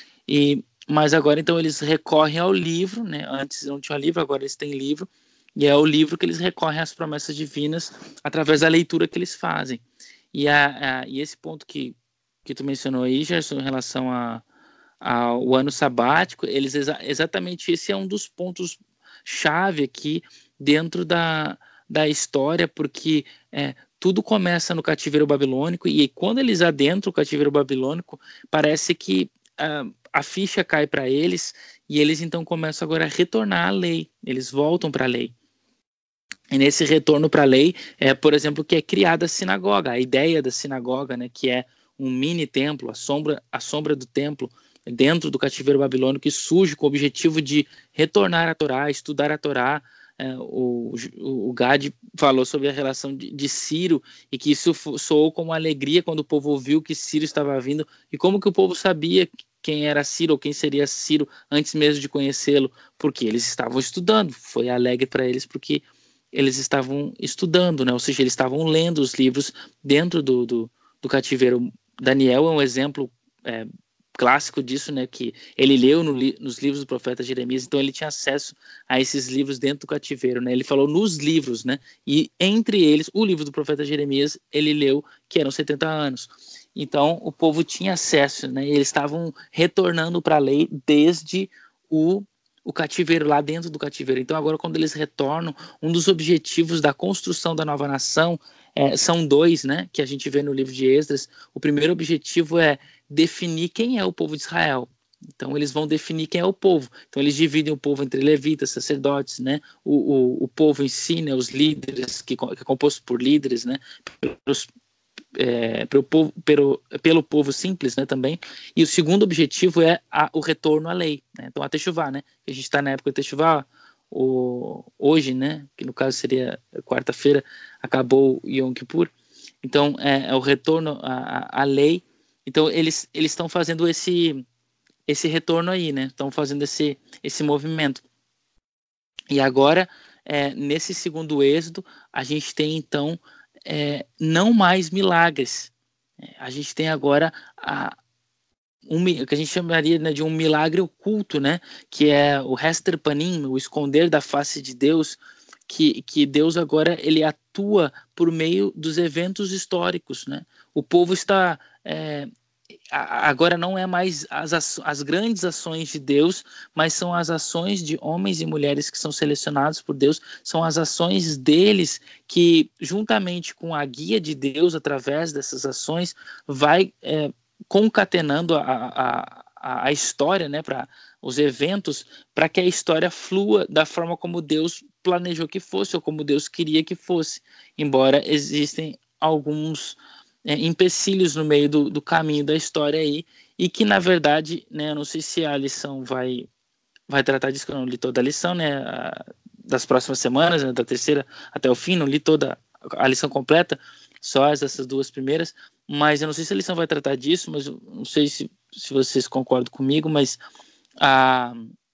E, mas agora, então, eles recorrem ao livro, né? Antes não tinha livro, agora eles têm livro, e é o livro que eles recorrem às promessas divinas através da leitura que eles fazem. E, a, a, e esse ponto que, que tu mencionou aí, Gerson, em relação a, ao ano sabático, eles exa- exatamente esse é um dos pontos chave aqui dentro da, da história, porque é, tudo começa no cativeiro babilônico, e quando eles adentram o cativeiro babilônico, parece que uh, a ficha cai para eles, e eles então começam agora a retornar à lei, eles voltam para a lei. E nesse retorno para a lei, é, por exemplo, que é criada a sinagoga, a ideia da sinagoga, né, que é um mini templo, a sombra, a sombra do templo, dentro do cativeiro babilônico, que surge com o objetivo de retornar à Torá, estudar a Torá. É, o, o, o Gad falou sobre a relação de, de Ciro, e que isso soou como alegria quando o povo ouviu que Ciro estava vindo, e como que o povo sabia quem era Ciro, ou quem seria Ciro, antes mesmo de conhecê-lo, porque eles estavam estudando, foi alegre para eles, porque eles estavam estudando, né? Ou seja, eles estavam lendo os livros dentro do, do, do cativeiro. Daniel é um exemplo é, clássico disso, né? Que ele leu no li, nos livros do profeta Jeremias, então ele tinha acesso a esses livros dentro do cativeiro, né? Ele falou nos livros, né? E entre eles, o livro do profeta Jeremias, ele leu que eram setenta anos. Então, o povo tinha acesso, né? E eles estavam retornando para a lei desde o o cativeiro, lá dentro do cativeiro. Então agora, quando eles retornam, um dos objetivos da construção da nova nação é, são dois, né, que a gente vê no livro de Esdras. O primeiro objetivo é definir quem é o povo de Israel. Então eles vão definir quem é o povo. Então eles dividem o povo entre levitas, sacerdotes, né, o, o, o povo em si, né, os líderes, que, que é composto por líderes, né, pelos É, pelo, povo, pelo, pelo povo simples, né, também. E o segundo objetivo é a, o retorno à lei, né? Então a Techuvá, né, a gente está na época de Techuvá, o, hoje, né, que no caso seria quarta-feira, acabou o Yom Kippur, então é, é o retorno à, à lei. Então eles eles estão fazendo esse esse retorno aí, né, estão fazendo esse esse movimento. E agora, é, nesse segundo êxodo, a gente tem então É, não mais milagres. É, a gente tem agora a, um, o que a gente chamaria, né, de um milagre oculto, né, que é o Hester Panim, o esconder da face de Deus, que, que Deus agora ele atua por meio dos eventos históricos, né? O povo está é, agora não é mais as, as grandes ações de Deus, mas são as ações de homens e mulheres que são selecionados por Deus, são as ações deles que, juntamente com a guia de Deus, através dessas ações, vai é, concatenando a, a, a, a história, né, para os eventos, para que a história flua da forma como Deus planejou que fosse, ou como Deus queria que fosse, embora existem alguns É, empecilhos no meio do, do caminho da história aí, e que na verdade, né, eu não sei se a lição vai, vai tratar disso, que eu não li toda a lição, né, a, das próximas semanas, né, da terceira até o fim, não li toda a lição completa, só essas duas primeiras, mas eu não sei se a lição vai tratar disso, mas eu não sei se, se vocês concordam comigo, mas a,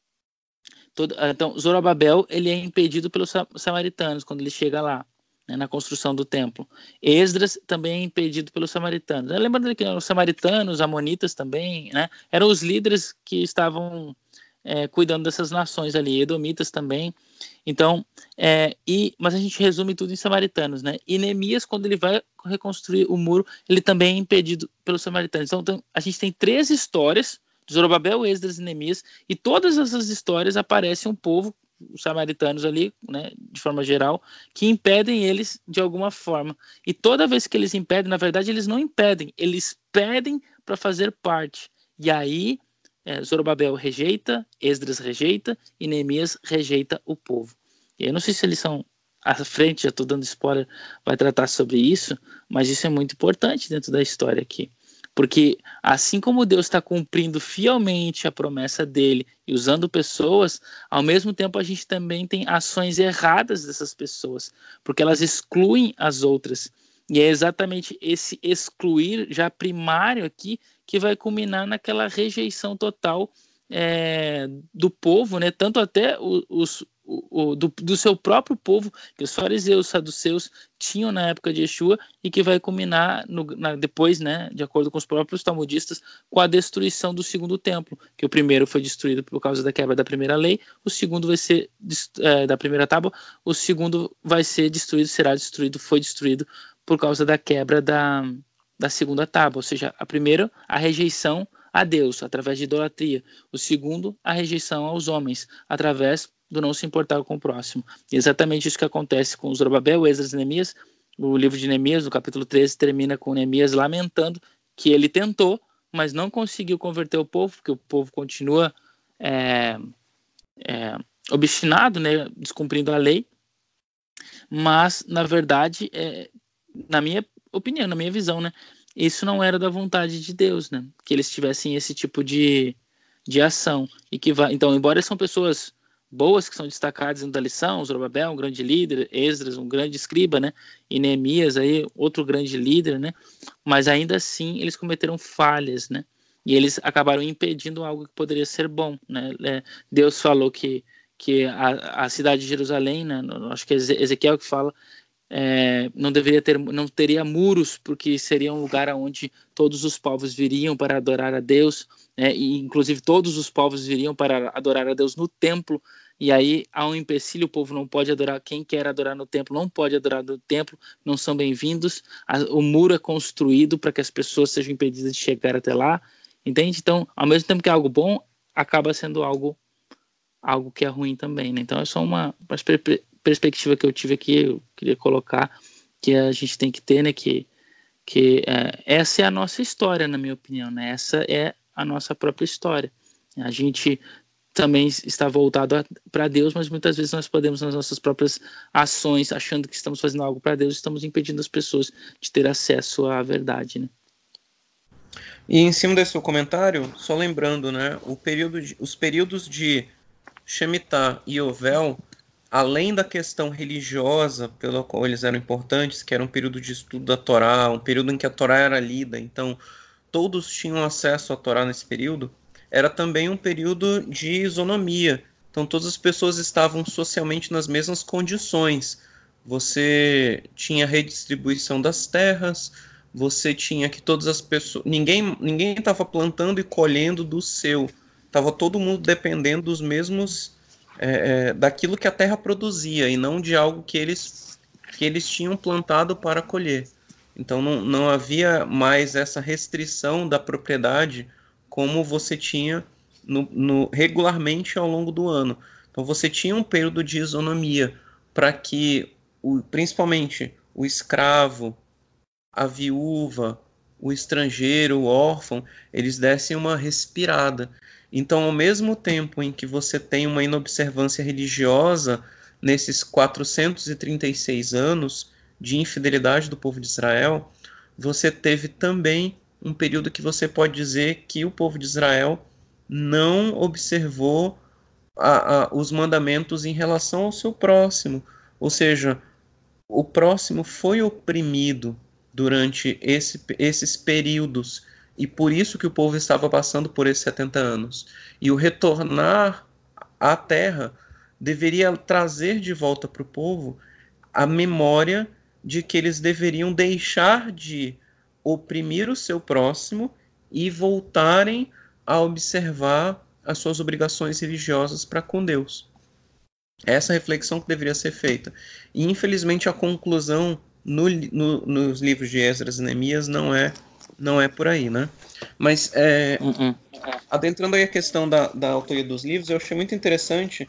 todo, então, Zorobabel, ele é impedido pelos samaritanos quando ele chega lá, né, na construção do templo. Esdras também é impedido pelos samaritanos. Lembrando que os samaritanos, os amonitas também, né, eram os líderes que estavam é, cuidando dessas nações ali, edomitas também. Então, é, e, mas a gente resume tudo em samaritanos, né? E Neemias, quando ele vai reconstruir o muro, ele também é impedido pelos samaritanos. Então, então a gente tem três histórias, Zorobabel, Esdras e Neemias, e todas essas histórias aparecem um povo, os samaritanos ali, né, de forma geral, que impedem eles de alguma forma. E toda vez que eles impedem, na verdade, eles não impedem, eles pedem para fazer parte. E aí, é, Zorobabel rejeita, Esdras rejeita e Neemias rejeita o povo. E eu não sei se eles são à frente, já estou dando spoiler, vai tratar sobre isso, mas isso é muito importante dentro da história aqui. Porque assim como Deus está cumprindo fielmente a promessa dele e usando pessoas, ao mesmo tempo a gente também tem ações erradas dessas pessoas, porque elas excluem as outras. E é exatamente esse excluir já primário aqui que vai culminar naquela rejeição total é, do povo, né? Tanto até os, o, o, do, do seu próprio povo, que os fariseus, os saduceus tinham na época de Yeshua, e que vai culminar no, na, depois, né, de acordo com os próprios talmudistas, com a destruição do segundo templo, que o primeiro foi destruído por causa da quebra da primeira lei, o segundo vai ser é, da primeira tábua, o segundo vai ser destruído, será destruído, foi destruído por causa da quebra da, da segunda tábua, ou seja, a primeira, a rejeição a Deus, através de idolatria. O segundo, a rejeição aos homens, através do não se importar com o próximo. E exatamente isso que acontece com Zorobabel, Esdras e Neemias. O livro de Neemias, no capítulo treze, termina com Neemias lamentando que ele tentou, mas não conseguiu converter o povo, porque o povo continua é, é, obstinado, né, descumprindo a lei. Mas, na verdade, é, na minha opinião, na minha visão, né, isso não era da vontade de Deus, né, que eles tivessem esse tipo de, de ação. E que vai, então, embora são pessoas boas que são destacadas dentro da lição, Zorobabel, um grande líder, Esdras, um grande escriba, né, e Neemias, aí, outro grande líder, né, mas ainda assim eles cometeram falhas, né, e eles acabaram impedindo algo que poderia ser bom, né. Deus falou que, que a, a cidade de Jerusalém, né, acho que é Ezequiel que fala, é, não deveria ter, não teria muros, porque seria um lugar onde todos os povos viriam para adorar a Deus, né, e inclusive todos os povos viriam para adorar a Deus no templo. E aí há um empecilho, o povo não pode adorar, quem quer adorar no templo não pode adorar no templo, não são bem-vindos. O muro é construído para que as pessoas sejam impedidas de chegar até lá, entende? Então, ao mesmo tempo que é algo bom, acaba sendo algo, algo que é ruim também, né? Então é só uma, uma perspectiva que eu tive aqui, eu queria colocar, que a gente tem que ter, né, que, que é, essa é a nossa história, na minha opinião, né? Essa é a nossa própria história. A gente também está voltado para Deus, mas muitas vezes nós podemos, nas nossas próprias ações, achando que estamos fazendo algo para Deus, estamos impedindo as pessoas de ter acesso à verdade, né? E em cima desse seu comentário, só lembrando, né, o período de, os períodos de Shemitah e Yovel, além da questão religiosa pela qual eles eram importantes, que era um período de estudo da Torá, um período em que a Torá era lida, então todos tinham acesso à Torá nesse período, era também um período de isonomia. Então todas as pessoas estavam socialmente nas mesmas condições. Você tinha redistribuição das terras, você tinha que todas as pessoas... Ninguém ninguém estava plantando e colhendo do seu. Estava todo mundo dependendo dos mesmos... É, é, daquilo que a terra produzia, e não de algo que eles, que eles tinham plantado para colher. Então não, não havia mais essa restrição da propriedade como você tinha no, no, regularmente ao longo do ano. Então você tinha um período de isonomia para que, o, principalmente, o escravo, a viúva, o estrangeiro, o órfão, eles dessem uma respirada. Então, ao mesmo tempo em que você tem uma inobservância religiosa nesses quatrocentos e trinta e seis anos de infidelidade do povo de Israel, você teve também um período que você pode dizer que o povo de Israel não observou a, a, os mandamentos em relação ao seu próximo. Ou seja, o próximo foi oprimido durante esse, esses períodos, e por isso que o povo estava passando por esses setenta anos. E o retornar à terra deveria trazer de volta para o povo a memória de que eles deveriam deixar de oprimir o seu próximo e voltarem a observar as suas obrigações religiosas para com Deus. Essa reflexão que deveria ser feita. E, infelizmente, a conclusão no, no, nos livros de Esdras e Neemias não é, não é por aí, né? Mas, é, uh-uh. adentrando aí a questão da, da autoria dos livros, eu achei muito interessante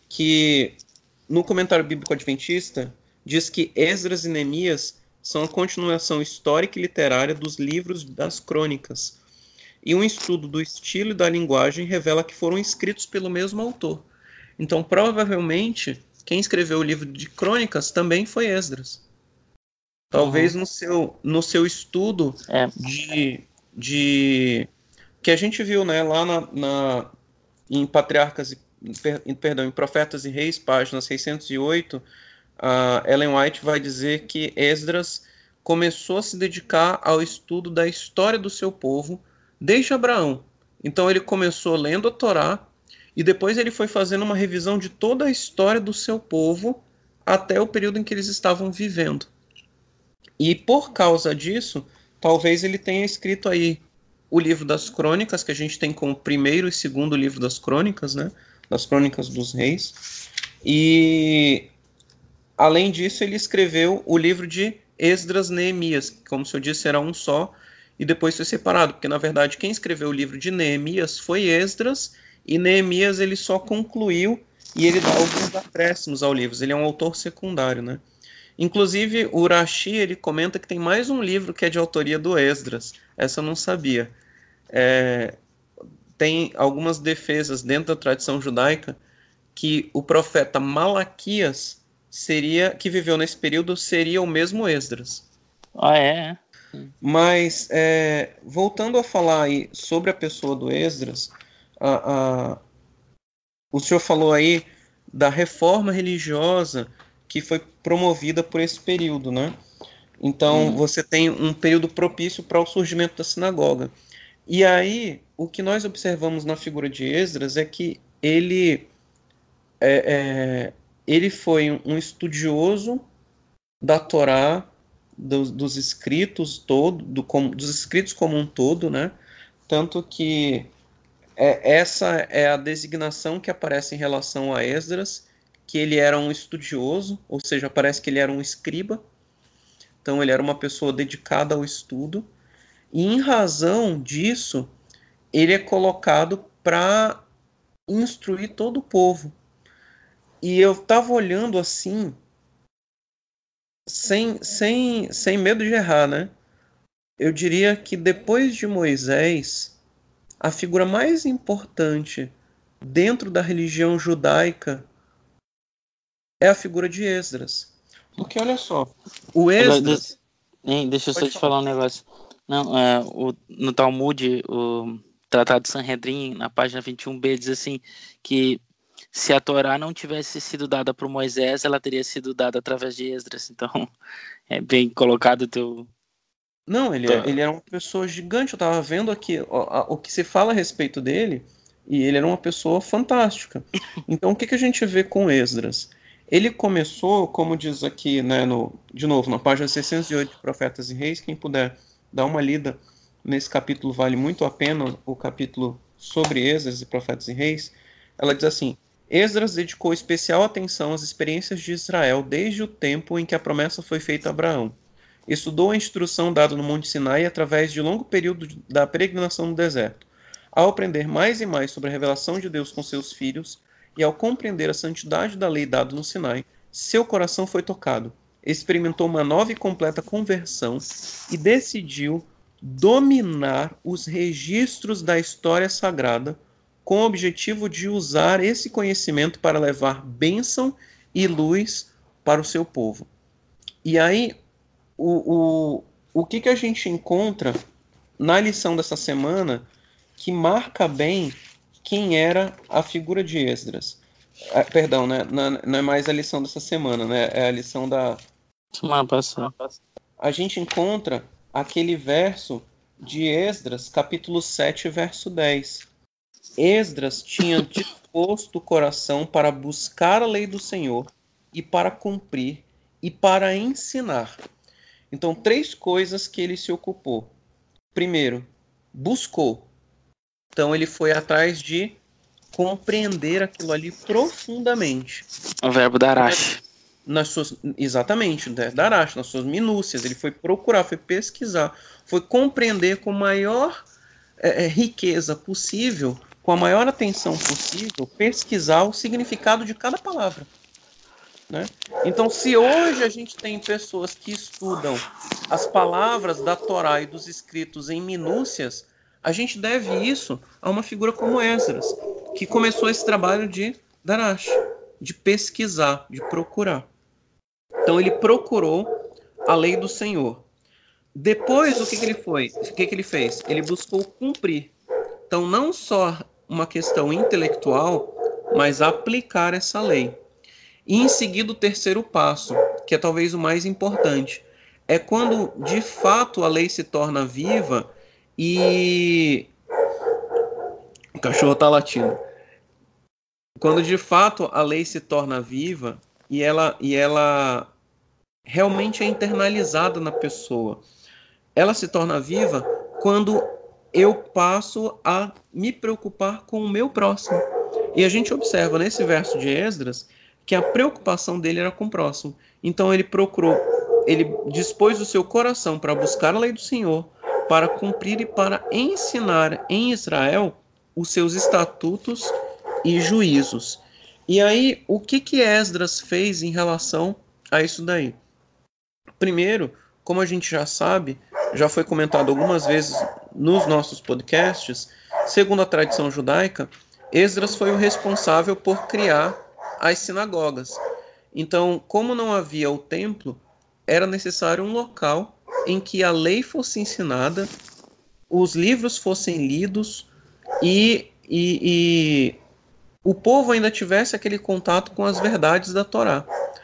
que, no comentário bíblico adventista, diz que Esdras e Neemias são a continuação histórica e literária dos livros das crônicas. E um estudo do estilo e da linguagem revela que foram escritos pelo mesmo autor. Então, provavelmente, quem escreveu o livro de crônicas também foi Esdras. Talvez uhum. no, seu, no seu estudo é. de, de... que a gente viu, né, lá na, na, em Patriarcas, e, perdão, em Profetas e Reis, página seiscentos e oito, a Ellen White vai dizer que Esdras começou a se dedicar ao estudo da história do seu povo desde Abraão. Então ele começou lendo a Torá, e depois ele foi fazendo uma revisão de toda a história do seu povo até o período em que eles estavam vivendo. E por causa disso, talvez ele tenha escrito aí o livro das crônicas, que a gente tem como primeiro e segundo livro das crônicas, né? Das crônicas dos reis. E, além disso, ele escreveu o livro de Esdras, Neemias, como se eu disse, era um só, e depois foi separado, porque na verdade quem escreveu o livro de Neemias foi Esdras, e Neemias ele só concluiu e ele dá alguns acréscimos ao livro, ele é um autor secundário, né? Inclusive o Urashi, ele comenta que tem mais um livro que é de autoria do Esdras, essa eu não sabia. É, tem algumas defesas dentro da tradição judaica que o profeta Malaquias seria, que viveu nesse período, seria o mesmo Esdras. Ah, é? Mas, é, voltando a falar aí sobre a pessoa do Esdras, a, a, o senhor falou aí da reforma religiosa que foi promovida por esse período, né? Então, hum. você tem um período propício para o surgimento da sinagoga. E aí, o que nós observamos na figura de Esdras é que ele, é, é, ele foi um estudioso da Torá, dos, dos escritos todo, do, como, dos escritos como um todo, né? Tanto que é, essa é a designação que aparece em relação a Esdras, que ele era um estudioso, ou seja, parece que ele era um escriba, então ele era uma pessoa dedicada ao estudo, e em razão disso, ele é colocado para instruir todo o povo. E eu estava olhando assim, sem, sem, sem medo de errar, né? Eu diria que depois de Moisés, a figura mais importante dentro da religião judaica é a figura de Esdras. Porque olha só, o Esdras... Deixa, deixa eu só te falar. falar um negócio. Não, é, o, no Talmud, o Tratado de Sanhedrin, na página vinte e um b, diz assim, que se a Torá não tivesse sido dada por Moisés, ela teria sido dada através de Esdras. Então, é bem colocado o teu... Não, ele, é, ele era uma pessoa gigante. Eu estava vendo aqui o, a, o que se fala a respeito dele, e ele era uma pessoa fantástica. Então, o que, que a gente vê com Esdras? Ele começou, como diz aqui, né, no, de novo, na página seiscentos e oito de Profetas e Reis, quem puder dar uma lida nesse capítulo, vale muito a pena, o capítulo sobre Esdras e Profetas e Reis. Ela diz assim: Esdras dedicou especial atenção às experiências de Israel desde o tempo em que a promessa foi feita a Abraão. Estudou a instrução dada no Monte Sinai através de longo período da peregrinação no deserto. Ao aprender mais e mais sobre a revelação de Deus com seus filhos, e ao compreender a santidade da lei dada no Sinai, seu coração foi tocado, experimentou uma nova e completa conversão e decidiu dominar os registros da história sagrada com o objetivo de usar esse conhecimento para levar bênção e luz para o seu povo. E aí, o, o, o que, que a gente encontra na lição dessa semana que marca bem quem era a figura de Esdras? Ah, perdão, né? não, não é mais a lição dessa semana, né? É a lição da semana passada. A gente encontra aquele verso de Esdras, capítulo sete, verso dez. Esdras tinha disposto o coração para buscar a lei do Senhor e para cumprir e para ensinar. Então, três coisas que ele se ocupou. Primeiro, buscou. Então, ele foi atrás de compreender aquilo ali profundamente. O verbo darash. Nas suas, exatamente, darash, nas suas minúcias. Ele foi procurar, foi pesquisar, foi compreender com a maior é, riqueza possível, com a maior atenção possível, pesquisar o significado de cada palavra. Né? Então, se hoje a gente tem pessoas que estudam as palavras da Torá e dos escritos em minúcias, a gente deve isso a uma figura como Esdras, que começou esse trabalho de darash, de pesquisar, de procurar. Então, ele procurou a lei do Senhor. Depois, o que, que ele foi? O que, que ele fez? Ele buscou cumprir. Então, não só uma questão intelectual, mas aplicar essa lei. E em seguida, o terceiro passo, que é talvez o mais importante, é quando de fato a lei se torna viva e... O cachorro está latindo. Quando de fato a lei se torna viva e ela, e ela realmente é internalizada na pessoa. Ela se torna viva quando eu passo a me preocupar com o meu próximo. E a gente observa nesse verso de Esdras que a preocupação dele era com o próximo. Então ele procurou ele dispôs o seu coração para buscar a lei do Senhor, para cumprir e para ensinar em Israel os seus estatutos e juízos. E aí, o que que Esdras fez em relação a isso daí? Primeiro, como a gente já sabe, já foi comentado algumas vezes nos nossos podcasts, segundo a tradição judaica, Esdras foi o responsável por criar as sinagogas. Então, como não havia o templo, era necessário um local em que a lei fosse ensinada, os livros fossem lidos e, e, e o povo ainda tivesse aquele contato com as verdades da Torá.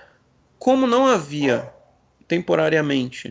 Como não havia temporariamente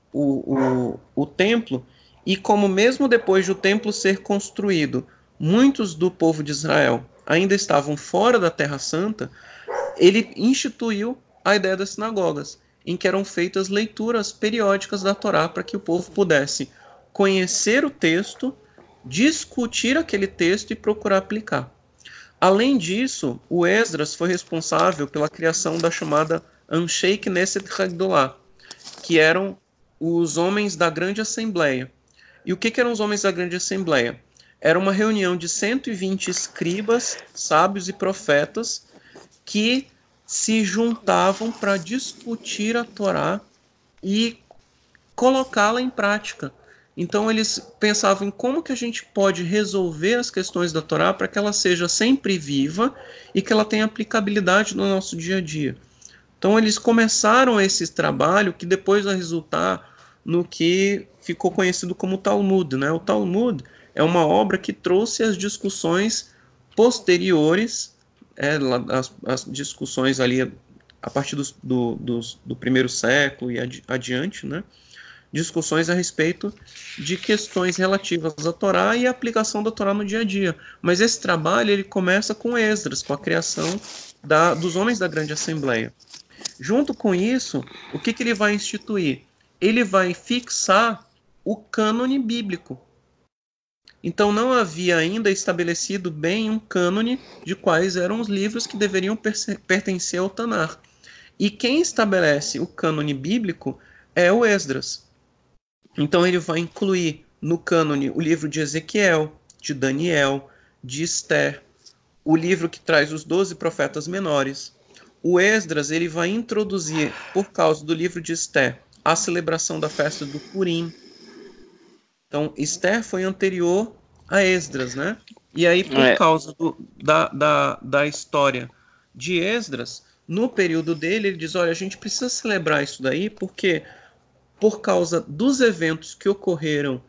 o, o, o templo, e como mesmo depois do templo ser construído, muitos do povo de Israel ainda estavam fora da Terra Santa, ele instituiu a ideia das sinagogas, em que eram feitas leituras periódicas da Torá para que o povo pudesse conhecer o texto, discutir aquele texto e procurar aplicar. Além disso, o Esdras foi responsável pela criação da chamada Anshei Knesset Hagdolah, que eram os homens da Grande Assembleia. E o que, que eram os homens da Grande Assembleia? Era uma reunião de cento e vinte escribas, sábios e profetas que se juntavam para discutir a Torá e colocá-la em prática. Então eles pensavam em como que a gente pode resolver as questões da Torá para que ela seja sempre viva e que ela tenha aplicabilidade no nosso dia a dia. Então eles começaram esse trabalho que depois vai resultar no que ficou conhecido como Talmud, né? O Talmud é uma obra que trouxe as discussões posteriores, é, as, as discussões ali a partir dos, do, dos, do primeiro século e adi, adiante, né? Discussões a respeito de questões relativas à Torá e a aplicação da Torá no dia a dia. Mas esse trabalho ele começa com Esdras, com a criação da, dos homens da Grande Assembleia. Junto com isso, o que, que ele vai instituir? Ele vai fixar o cânone bíblico. Então não havia ainda estabelecido bem um cânone de quais eram os livros que deveriam pertencer ao Tanar. E quem estabelece o cânone bíblico é o Esdras. Então ele vai incluir no cânone o livro de Ezequiel, de Daniel, de Esther, o livro que traz os doze profetas menores. O Esdras ele vai introduzir, por causa do livro de Esther, a celebração da festa do Purim. Então, Esther foi anterior a Esdras, né? E aí, por é. causa do, da, da, da história de Esdras, no período dele, ele diz, olha, a gente precisa celebrar isso daí, porque por causa dos eventos que ocorreram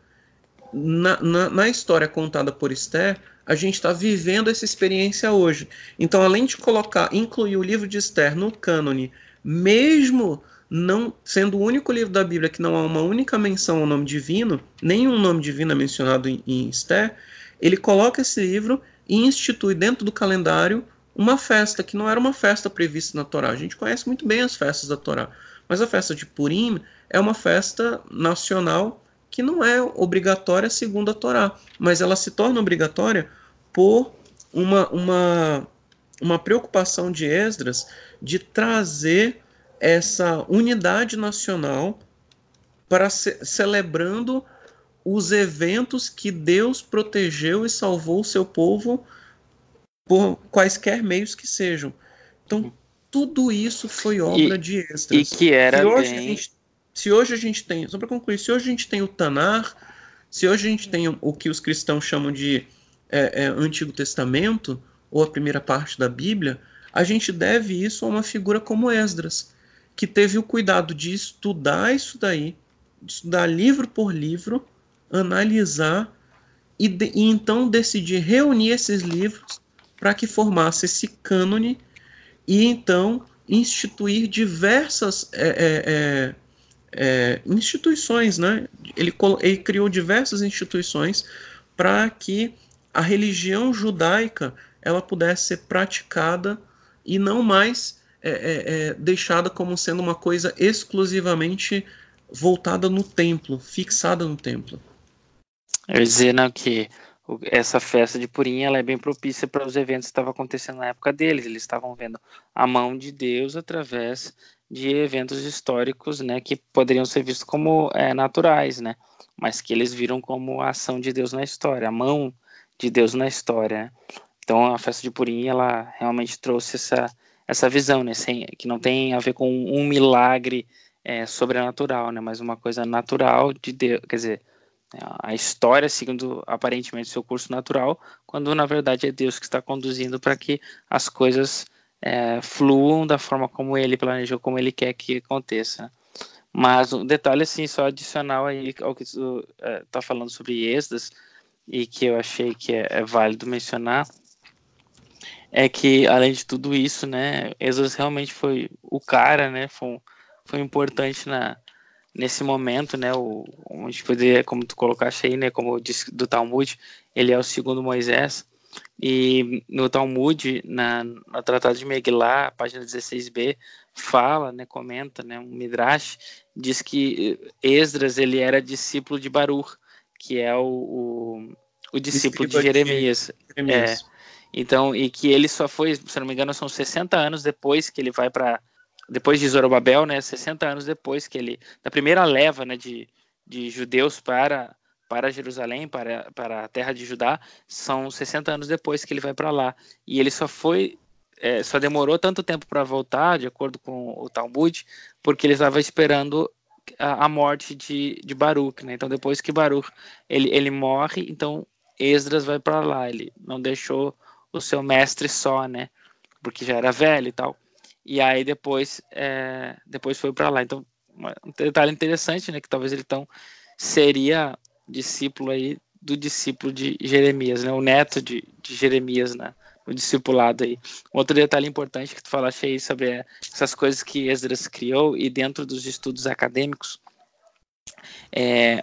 na, na, na história contada por Esther, a gente está vivendo essa experiência hoje. Então, além de colocar, incluir o livro de Esther no cânone, mesmo não sendo o único livro da Bíblia que não há uma única menção ao nome divino, nenhum nome divino é mencionado em, em Esther, ele coloca esse livro e institui dentro do calendário uma festa que não era uma festa prevista na Torá. A gente conhece muito bem as festas da Torá, mas a festa de Purim é uma festa nacional que não é obrigatória segundo a Torá, mas ela se torna obrigatória por uma, uma, uma preocupação de Esdras de trazer essa unidade nacional para ce- celebrando os eventos que Deus protegeu e salvou o seu povo por quaisquer meios que sejam. Então, tudo isso foi obra e, de Esdras. E que era se hoje, bem... a gente, se hoje a gente tem, só para concluir, se hoje a gente tem o Tanar, se hoje a gente tem o que os cristãos chamam de é, é, Antigo Testamento, ou a primeira parte da Bíblia, a gente deve isso a uma figura como Esdras, que teve o cuidado de estudar isso daí, de estudar livro por livro, analisar e, de, e então decidir reunir esses livros para que formasse esse cânone e então instituir diversas é, é, é, instituições, né? Ele, ele criou diversas instituições para que a religião judaica ela pudesse ser praticada e não mais É, é, é, deixada como sendo uma coisa exclusivamente voltada no templo, fixada no templo. Eu dizendo que essa festa de Purim, ela é bem propícia para os eventos que estavam acontecendo na época deles. Eles estavam vendo a mão de Deus através de eventos históricos, né, que poderiam ser vistos como é, naturais, né, mas que eles viram como a ação de Deus na história, a mão de Deus na história, né? Então a festa de Purim, ela realmente trouxe essa, essa visão, né, sem, que não tem a ver com um milagre é, sobrenatural, né, mas uma coisa natural de Deus, quer dizer, a história seguindo aparentemente seu curso natural, quando na verdade é Deus que está conduzindo para que as coisas é, fluam da forma como ele planejou, como ele quer que aconteça. Mas um detalhe assim, só adicional aí ao que tu está é, falando sobre Esdras, e que eu achei que é, é válido mencionar, é que além de tudo isso, né, Esdras realmente foi o cara, né, foi, foi importante na nesse momento, né, o, a gente poderia, como tu colocaste aí, né, como eu disse do Talmud, ele é o segundo Moisés, e no Talmud, na, no Tratado de Megillah, página dezesseis b, fala, né, comenta, né, um Midrash, diz que Esdras, ele era discípulo de Baruch, que é o, o, o discípulo de Jeremias. De Jeremias. É, então, e que ele só foi, se não me engano, são sessenta anos depois que ele vai para depois de Zorobabel, né, sessenta anos depois que ele, da primeira leva, né, de, de judeus para, para Jerusalém, para, para a terra de Judá, são sessenta anos depois que ele vai para lá. E ele só foi, é, só demorou tanto tempo para voltar, de acordo com o Talmud, porque ele estava esperando a, a morte de, de Baruch, né? Então depois que Baruch, ele, ele morre, então Esdras vai para lá, ele não deixou o seu mestre só, né, porque já era velho e tal. E aí depois, é, depois foi para lá. Então, um detalhe interessante, né, que talvez ele então seria discípulo aí do discípulo de Jeremias, né, o neto de, de Jeremias, né, o discipulado aí. Outro detalhe importante que tu falaste aí sobre é, essas coisas que Esdras criou, e dentro dos estudos acadêmicos, é,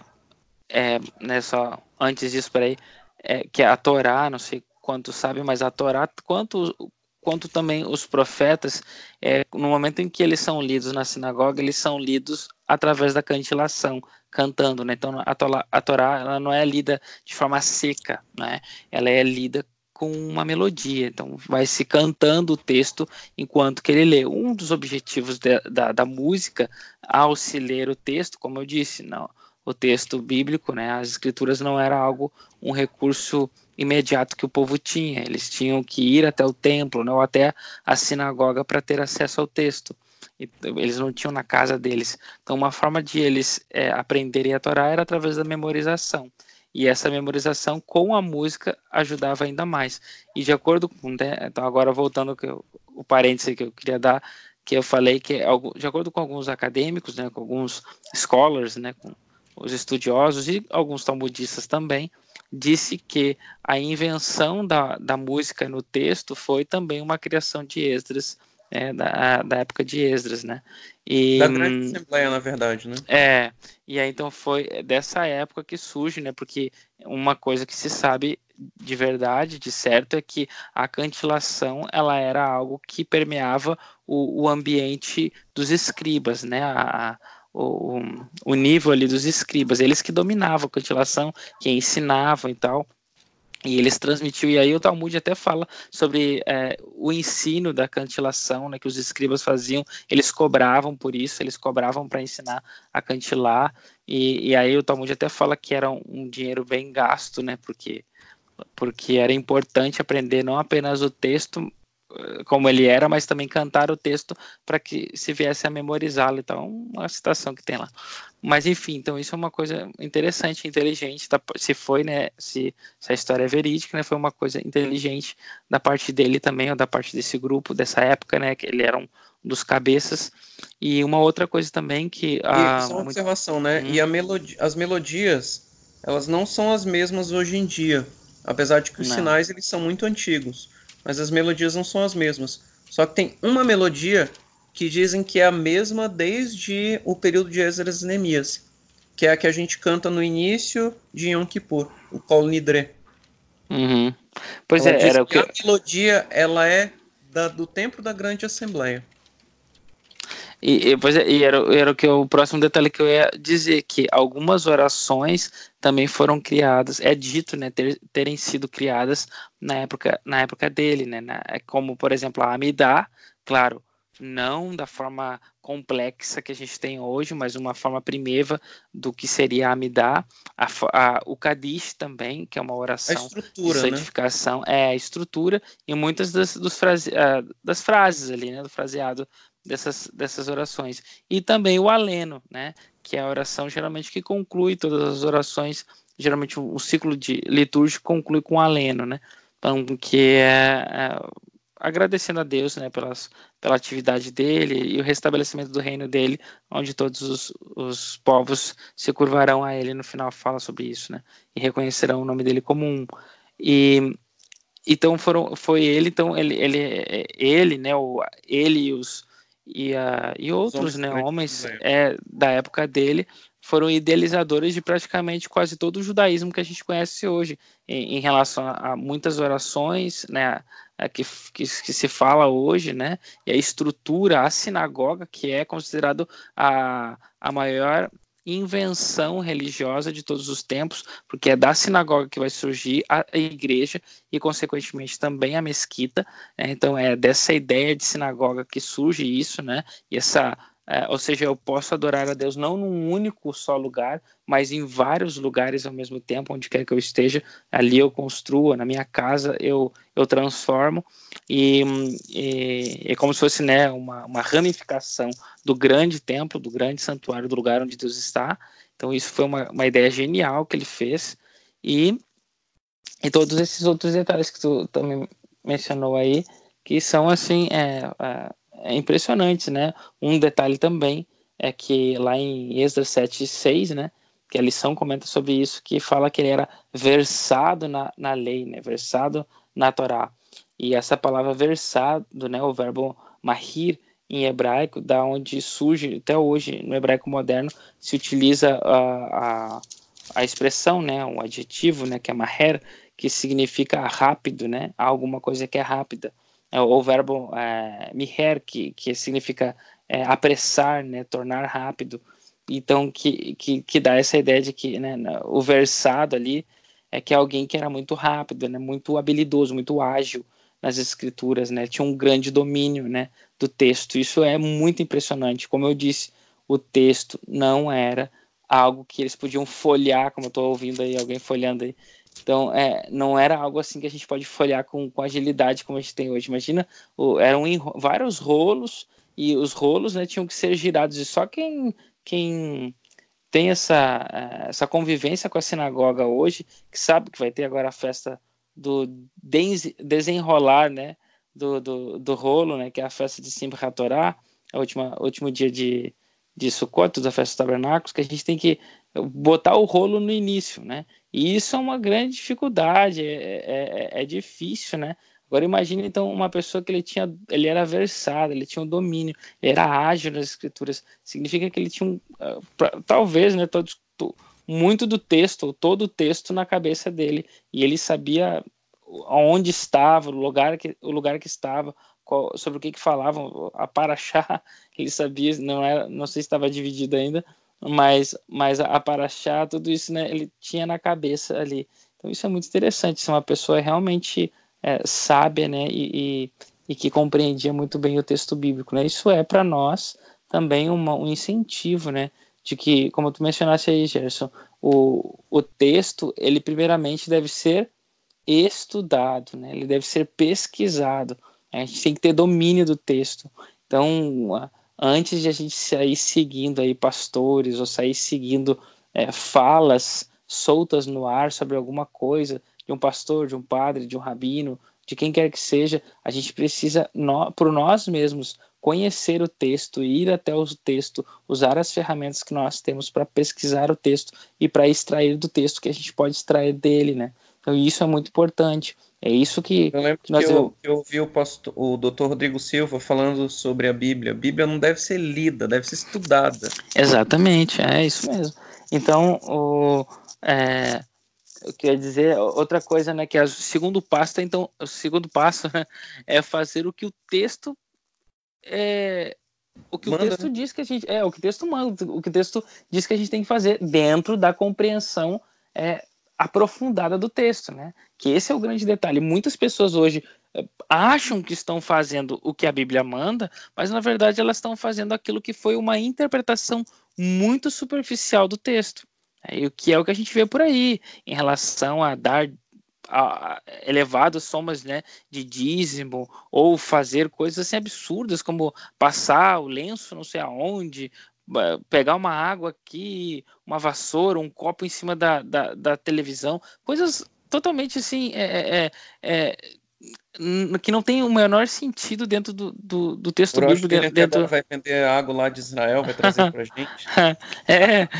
é, né, só antes disso, peraí, é, que a Torá, não sei quanto sabe, mas a Torá, quanto quanto também os profetas, é, no momento em que eles são lidos na sinagoga, eles são lidos através da cantilação, cantando, né? Então a Torá, a Torá ela não é lida de forma seca, né? Ela é lida com uma melodia, então vai se cantando o texto enquanto que ele lê. Um dos objetivos de, da, da música, ao se ler o texto, como eu disse, não, o texto bíblico, né? As escrituras não era algo, um recurso imediato que o povo tinha, eles tinham que ir até o templo, né, ou até a sinagoga para ter acesso ao texto. Eles não tinham na casa deles. Então, uma forma de eles é, aprenderem a Torá era através da memorização. E essa memorização com a música ajudava ainda mais. E de acordo com, né, então agora voltando ao o parêntese que eu queria dar, que eu falei que de acordo com alguns acadêmicos, né, com alguns scholars, né, com os estudiosos e alguns talmudistas também, disse que a invenção da, da música no texto foi também uma criação de Esdras, é, da, da época de Esdras, né? E, da Grande Assembleia, na verdade, né? É, e aí então foi dessa época que surge, né? Porque uma coisa que se sabe de verdade, de certo, é que a cantilação, ela era algo que permeava o, o ambiente dos escribas, né? A, O, o nível ali dos escribas, eles que dominavam a cantilação, que ensinavam e tal, e eles transmitiam, e aí o Talmud até fala sobre é, o ensino da cantilação, né, que os escribas faziam, eles cobravam por isso, eles cobravam para ensinar a cantilar, e, e aí o Talmud até fala que era um, um dinheiro bem gasto, né, porque, porque era importante aprender não apenas o texto, como ele era, mas também cantar o texto para que se viesse a memorizá-lo. Então, uma citação que tem lá. Mas, enfim, então isso é uma coisa interessante, inteligente, tá? Se foi, né, se, se a história é verídica, né, foi uma coisa inteligente da parte dele também, ou da parte desse grupo, dessa época, né, que ele era um dos cabeças. E uma outra coisa também que... Ah, e só uma muito... observação, né, hum. e a melodi- as melodias, elas não são as mesmas hoje em dia, apesar de que os não. sinais, eles são muito antigos. Mas as melodias não são as mesmas. Só que tem uma melodia que dizem que é a mesma desde o período de Esdras e Neemias, que é a que a gente canta no início de Yom Kippur, o Kol Nidre. Uhum. Pois ela é, diz era o que... a melodia ela é da, do tempo da Grande Assembleia. E, e, pois é, e era, era o que eu- o próximo detalhe que eu ia dizer, que algumas orações também foram criadas, é dito, né, ter- terem sido criadas na época, na época dele, né, na- é como, por exemplo, a Amidá, claro, não da forma complexa que a gente tem hoje, mas uma forma primitiva do que seria a Amidá, a, fo- a- o Kadish também, que é uma A oração de estrutura, né? santificação, é a estrutura e muitas das, dos frase, ah, das frases ali, né, do fraseado dessas, dessas orações. E também o aleno, né, que é a oração geralmente que conclui todas as orações, geralmente o, o ciclo de litúrgico conclui com aleno, né, então, que é, é agradecendo a Deus, né, pelas, pela atividade dele e o restabelecimento do reino dele, onde todos os, os povos se curvarão a ele. No final fala sobre isso, né, e reconhecerão o nome dele como um. E então foram, foi ele, então ele, ele, ele, né, o, ele e os e, a, e Os outros, homens né, grandes de homens Israel. é, da época dele foram idealizadores de praticamente quase todo o judaísmo que a gente conhece hoje, em, em relação a, a muitas orações, né, a, que, que, que se fala hoje, né, e a estrutura, a sinagoga, que é considerado a, a maior invenção religiosa de todos os tempos, porque é da sinagoga que vai surgir a, a igreja e, consequentemente, também a mesquita. Né? Então, é dessa ideia de sinagoga que surge isso, né? E essa, é, ou seja, eu posso adorar a Deus não num único só lugar, mas em vários lugares ao mesmo tempo, onde quer que eu esteja, ali eu construo, na minha casa eu, eu transformo, e, e é como se fosse, né, uma, uma ramificação do grande templo, do grande santuário, do lugar onde Deus está. Então, isso foi uma, uma ideia genial que ele fez, e e todos esses outros detalhes que tu também mencionou aí, que são assim, é, é, é impressionantes, né? Um detalhe também é que lá em Esdras sete seis, né? Que a lição comenta sobre isso, que fala que ele era versado na, na lei, né? Versado na Torá. E essa palavra versado, né? O verbo mahir em hebraico, da onde surge até hoje no hebraico moderno se utiliza a, a, a expressão, né? Um adjetivo, né? Que é maher, que significa rápido, né? Alguma coisa que é rápida. É, o verbo é, miher, que, que significa é, apressar, né? Tornar rápido. Então, que, que, que dá essa ideia de que, né, o versado ali é que é alguém que era muito rápido, né? Muito habilidoso, muito ágil nas escrituras, né? Tinha um grande domínio, né? Do texto. Isso é muito impressionante. Como eu disse, o texto não era algo que eles podiam folhear, como eu estou ouvindo aí alguém folhando aí. Então, é, não era algo assim que a gente pode folhear com, com agilidade como a gente tem hoje. Imagina, o, eram enro- vários rolos e os rolos, né, tinham que ser girados. E só quem, quem tem essa, eh, essa convivência com a sinagoga hoje, que sabe que vai ter agora a festa do des- desenrolar, né, do, do, do rolo, né, que é a festa de Simchat Torá, a última último dia de, de Sukkot, da festa dos tabernáculos, que a gente tem que botar o rolo no início, né, e isso é uma grande dificuldade, é, é, é difícil, né. Agora imagine então uma pessoa que ele tinha, ele era versado, ele tinha um domínio, ele era ágil nas escrituras, significa que ele tinha um, uh, pra, talvez, né, todo, muito do texto, todo o texto na cabeça dele, e ele sabia onde estava, o lugar que, o lugar que estava, qual, sobre o que que falavam, a Paraxá, ele sabia, não era, não sei se estava dividido ainda, mas, mas a Paraxá, tudo isso, né, ele tinha na cabeça ali. Então isso é muito interessante, se uma pessoa realmente é, sábia, né, e, e, e que compreendia muito bem o texto bíblico, né, isso é para nós também uma, um incentivo, né, de que, como tu mencionaste aí, Gerson, o, o texto, ele primeiramente deve ser estudado, né? Ele deve ser pesquisado. A gente tem que ter domínio do texto. Então, antes de a gente sair seguindo aí pastores ou sair seguindo é, falas soltas no ar sobre alguma coisa de um pastor, de um padre, de um rabino, de quem quer que seja, a gente precisa, no, por nós mesmos, conhecer o texto, ir até o texto, usar as ferramentas que nós temos para pesquisar o texto e para extrair do texto que a gente pode extrair dele, né? Então isso é muito importante. É isso que, Eu lembro que que nós eu, devemos... que eu ouvi o, pastor, o doutor Rodrigo Silva falando sobre a Bíblia. A Bíblia não deve ser lida, deve ser estudada. Exatamente, é isso mesmo. Então, o, é, eu queria dizer outra coisa, né, que é o segundo passo, então, o segundo passo, né, é fazer o que o texto é, O que Manda, o texto né? diz que a gente. É, o que o texto manda, o que o texto diz que a gente tem que fazer dentro da compreensão é, aprofundada do texto, né? Que esse é o grande detalhe. Muitas pessoas hoje é, acham que estão fazendo o que a Bíblia manda, mas na verdade elas estão fazendo aquilo que foi uma interpretação muito superficial do texto. É, e o que é o que a gente vê por aí, em relação a dar a, elevadas somas, né, de dízimo, ou fazer coisas assim absurdas, como passar o lenço não sei aonde, pegar uma água aqui, uma vassoura, um copo em cima da, da, da televisão, coisas totalmente assim, é, é, é, que não tem o menor sentido dentro do, do, do texto O Ross bíblico, William que agora dentro... vai vender água lá de Israel, vai trazer pra gente. é,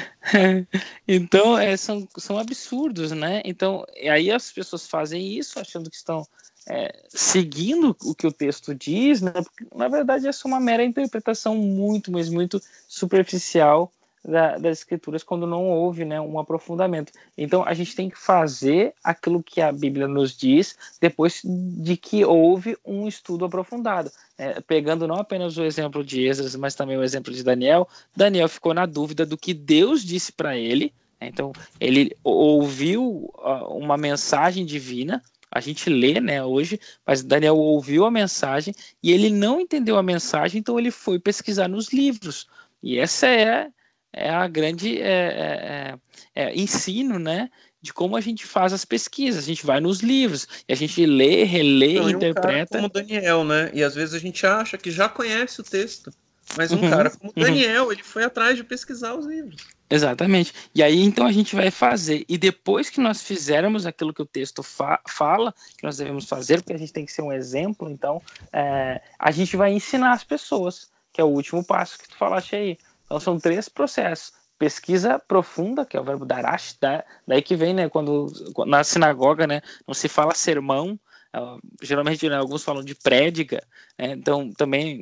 então é, são, são absurdos, né? Então, aí as pessoas fazem isso achando que estão é, seguindo o que o texto diz, né? Porque, na verdade, é só uma mera interpretação muito, mas muito superficial da, das escrituras quando não houve, né, um aprofundamento. Então, a gente tem que fazer aquilo que a Bíblia nos diz depois de que houve um estudo aprofundado. É, pegando não apenas o exemplo de Esdras, mas também o exemplo de Daniel, Daniel ficou na dúvida do que Deus disse para ele. Então, ele ouviu uh, uma mensagem divina, a gente lê, né, hoje, mas Daniel ouviu a mensagem e ele não entendeu a mensagem, então ele foi pesquisar nos livros. E essa é, é a grande é, é, é, ensino, né, de como a gente faz as pesquisas. A gente vai nos livros e a gente lê, relê, Não, e um cara interpreta. como Daniel, né? E às vezes a gente acha que já conhece o texto, mas um Uhum, cara como uhum. Daniel, ele foi atrás de pesquisar os livros. Exatamente. E aí, então, a gente vai fazer. E depois que nós fizermos aquilo que o texto fa fala, que nós devemos fazer, porque a gente tem que ser um exemplo, então, é, a gente vai ensinar as pessoas, que é o último passo que tu falaste aí. Então, são três processos. Pesquisa profunda, que é o verbo darash, da, daí que vem, né, quando na sinagoga, né, não se fala sermão, uh, geralmente, né, alguns falam de prédica, né, então, também...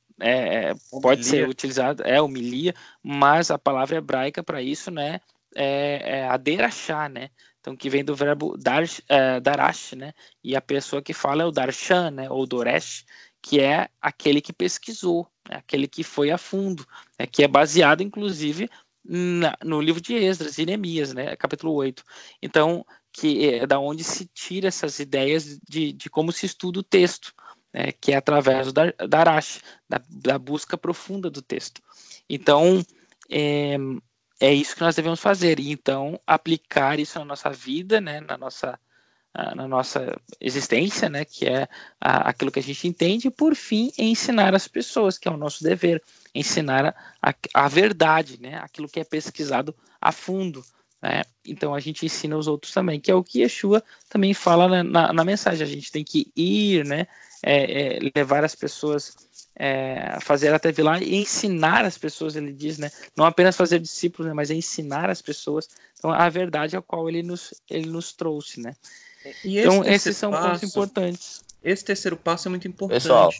É, pode ser utilizado, é homilia, mas a palavra hebraica para isso, né, é, é aderachá, né, então que vem do verbo dar, é, darash, né, e a pessoa que fala é o darshan, né, ou doresh, que é aquele que pesquisou, né, aquele que foi a fundo, né, que é baseado, inclusive, na, no livro de Esdras e Neemias, né, capítulo oito. Então, que é da onde se tira essas ideias de, de como se estuda o texto, né, que é através do darash, da, da busca profunda do texto. Então, é, é isso que nós devemos fazer. E, então, aplicar isso na nossa vida, né, na nossa, na nossa existência, né, que é a, aquilo que a gente entende, e, por fim, ensinar as pessoas, que é o nosso dever, ensinar a, a, a verdade, né, aquilo que é pesquisado a fundo. Né? Então, a gente ensina os outros também, que é o que Yeshua também fala na, na, na mensagem. A gente tem que ir, né, é, é, levar as pessoas, é, fazer até vir lá e ensinar as pessoas, ele diz, né? Não apenas fazer discípulos, né, mas é ensinar as pessoas. Então, a verdade é a qual ele nos, ele nos trouxe, né? E Então, esse esses são passo, pontos importantes. Esse terceiro passo é muito importante. Pessoal,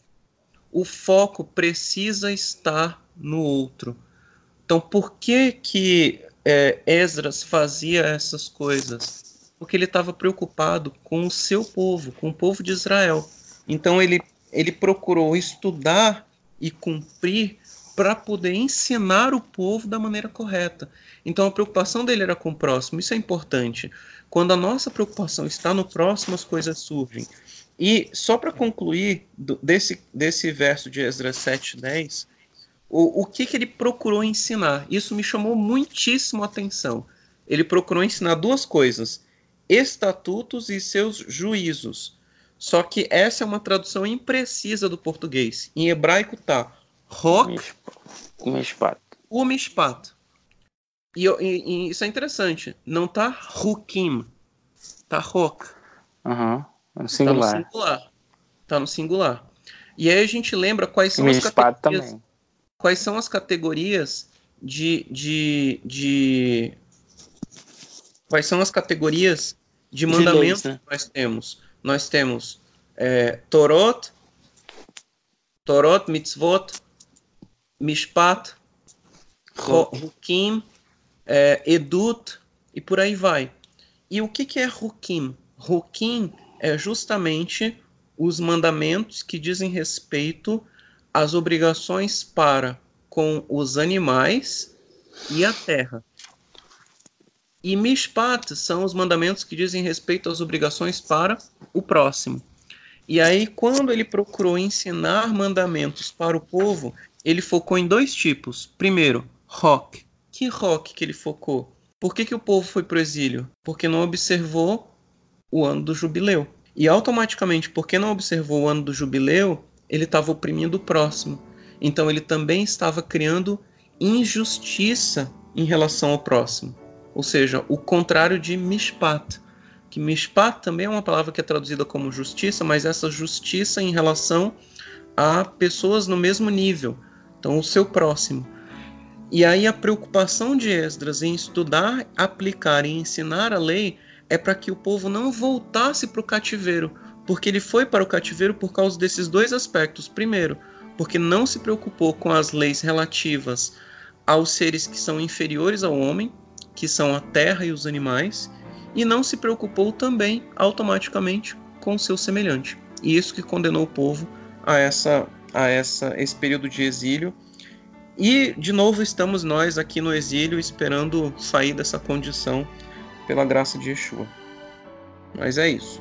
o foco precisa estar no outro. Então, por que que é, Esdras fazia essas coisas? Porque ele estava preocupado com o seu povo, com o povo de Israel. Então, ele, ele procurou estudar e cumprir para poder ensinar o povo da maneira correta. Então, a preocupação dele era com o próximo. Isso é importante. Quando a nossa preocupação está no próximo, as coisas surgem. E só para concluir do, desse, desse verso de Esdras sete, dez, o, o que, que ele procurou ensinar? Isso me chamou muitíssimo a atenção. Ele procurou ensinar duas coisas: estatutos e seus juízos. Só que essa é uma tradução imprecisa do português. Em hebraico tá Hok Mishpat. o Mishpat. E, e, e isso é interessante. Não tá Hukim, tá Hok. Uhum. No Tá no singular. singular. Tá no singular. E aí a gente lembra quais são as Mishpat categorias. também. Quais são as categorias de, de, de. Quais são as categorias de mandamentos de leis, né? que nós temos? Nós temos é, Torot, Torot, Mitzvot, Mishpat, Hukim, é, Edut e por aí vai. E o que, que é Hukim? Hukim é justamente os mandamentos que dizem respeito as obrigações para com os animais e a terra. E mishpat são os mandamentos que dizem respeito às obrigações para o próximo. E aí, quando ele procurou ensinar mandamentos para o povo, ele focou em dois tipos. Primeiro, rock. Que rock que ele focou? Por que que o povo foi para o exílio? Porque não observou o ano do jubileu. E automaticamente, porque não observou o ano do jubileu, ele estava oprimindo o próximo. Então ele também estava criando injustiça em relação ao próximo. Ou seja, o contrário de mishpat. Que mishpat também é uma palavra que é traduzida como justiça, mas essa justiça em relação a pessoas no mesmo nível. Então, o seu próximo. E aí a preocupação de Esdras em estudar, aplicar e ensinar a lei é para que o povo não voltasse para o cativeiro, porque ele foi para o cativeiro por causa desses dois aspectos. Primeiro, porque não se preocupou com as leis relativas aos seres que são inferiores ao homem, que são a terra e os animais, e não se preocupou também automaticamente com o seu semelhante. E isso que condenou o povo a, essa, a essa, esse período de exílio. E, de novo, estamos nós aqui no exílio esperando sair dessa condição pela graça de Yeshua. Mas é isso.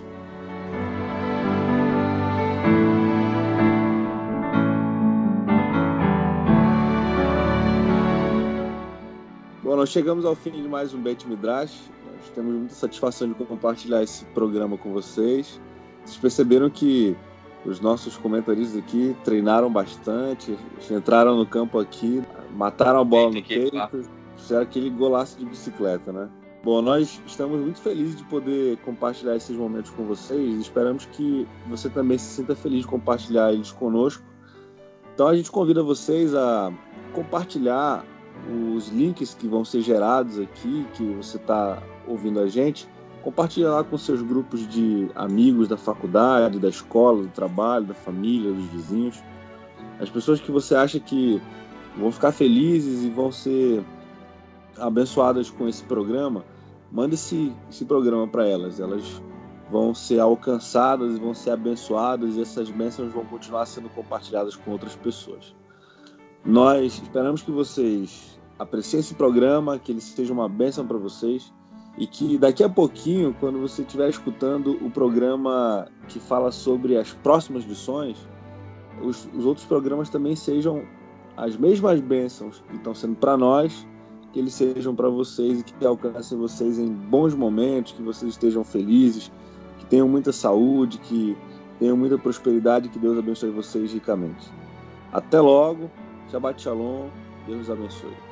Bom, nós chegamos ao fim de mais um Bet Midrash. Nós temos muita satisfação de compartilhar esse programa com vocês. Vocês perceberam que os nossos comentaristas aqui treinaram bastante, entraram no campo aqui, mataram a bola no peito, fizeram aquele golaço de bicicleta, né? Bom, nós estamos muito felizes de poder compartilhar esses momentos com vocês e esperamos que você também se sinta feliz de compartilhar eles conosco. Então a gente convida vocês a compartilhar os links que vão ser gerados aqui, que você está ouvindo a gente, compartilha lá com seus grupos de amigos da faculdade, da escola, do trabalho, da família, dos vizinhos. As pessoas que você acha que vão ficar felizes e vão ser abençoadas com esse programa, manda esse, esse programa para elas. Elas vão ser alcançadas, vão ser abençoadas e essas bênçãos vão continuar sendo compartilhadas com outras pessoas. Nós esperamos que vocês apreciem esse programa, que ele seja uma bênção para vocês e que daqui a pouquinho, quando você estiver escutando o programa que fala sobre as próximas lições, os, os outros programas também sejam as mesmas bênçãos que estão sendo para nós, que eles sejam para vocês e que alcancem vocês em bons momentos, que vocês estejam felizes, que tenham muita saúde, que tenham muita prosperidade, que Deus abençoe vocês ricamente. Até logo. Shabbat Shalom, Deus os abençoe.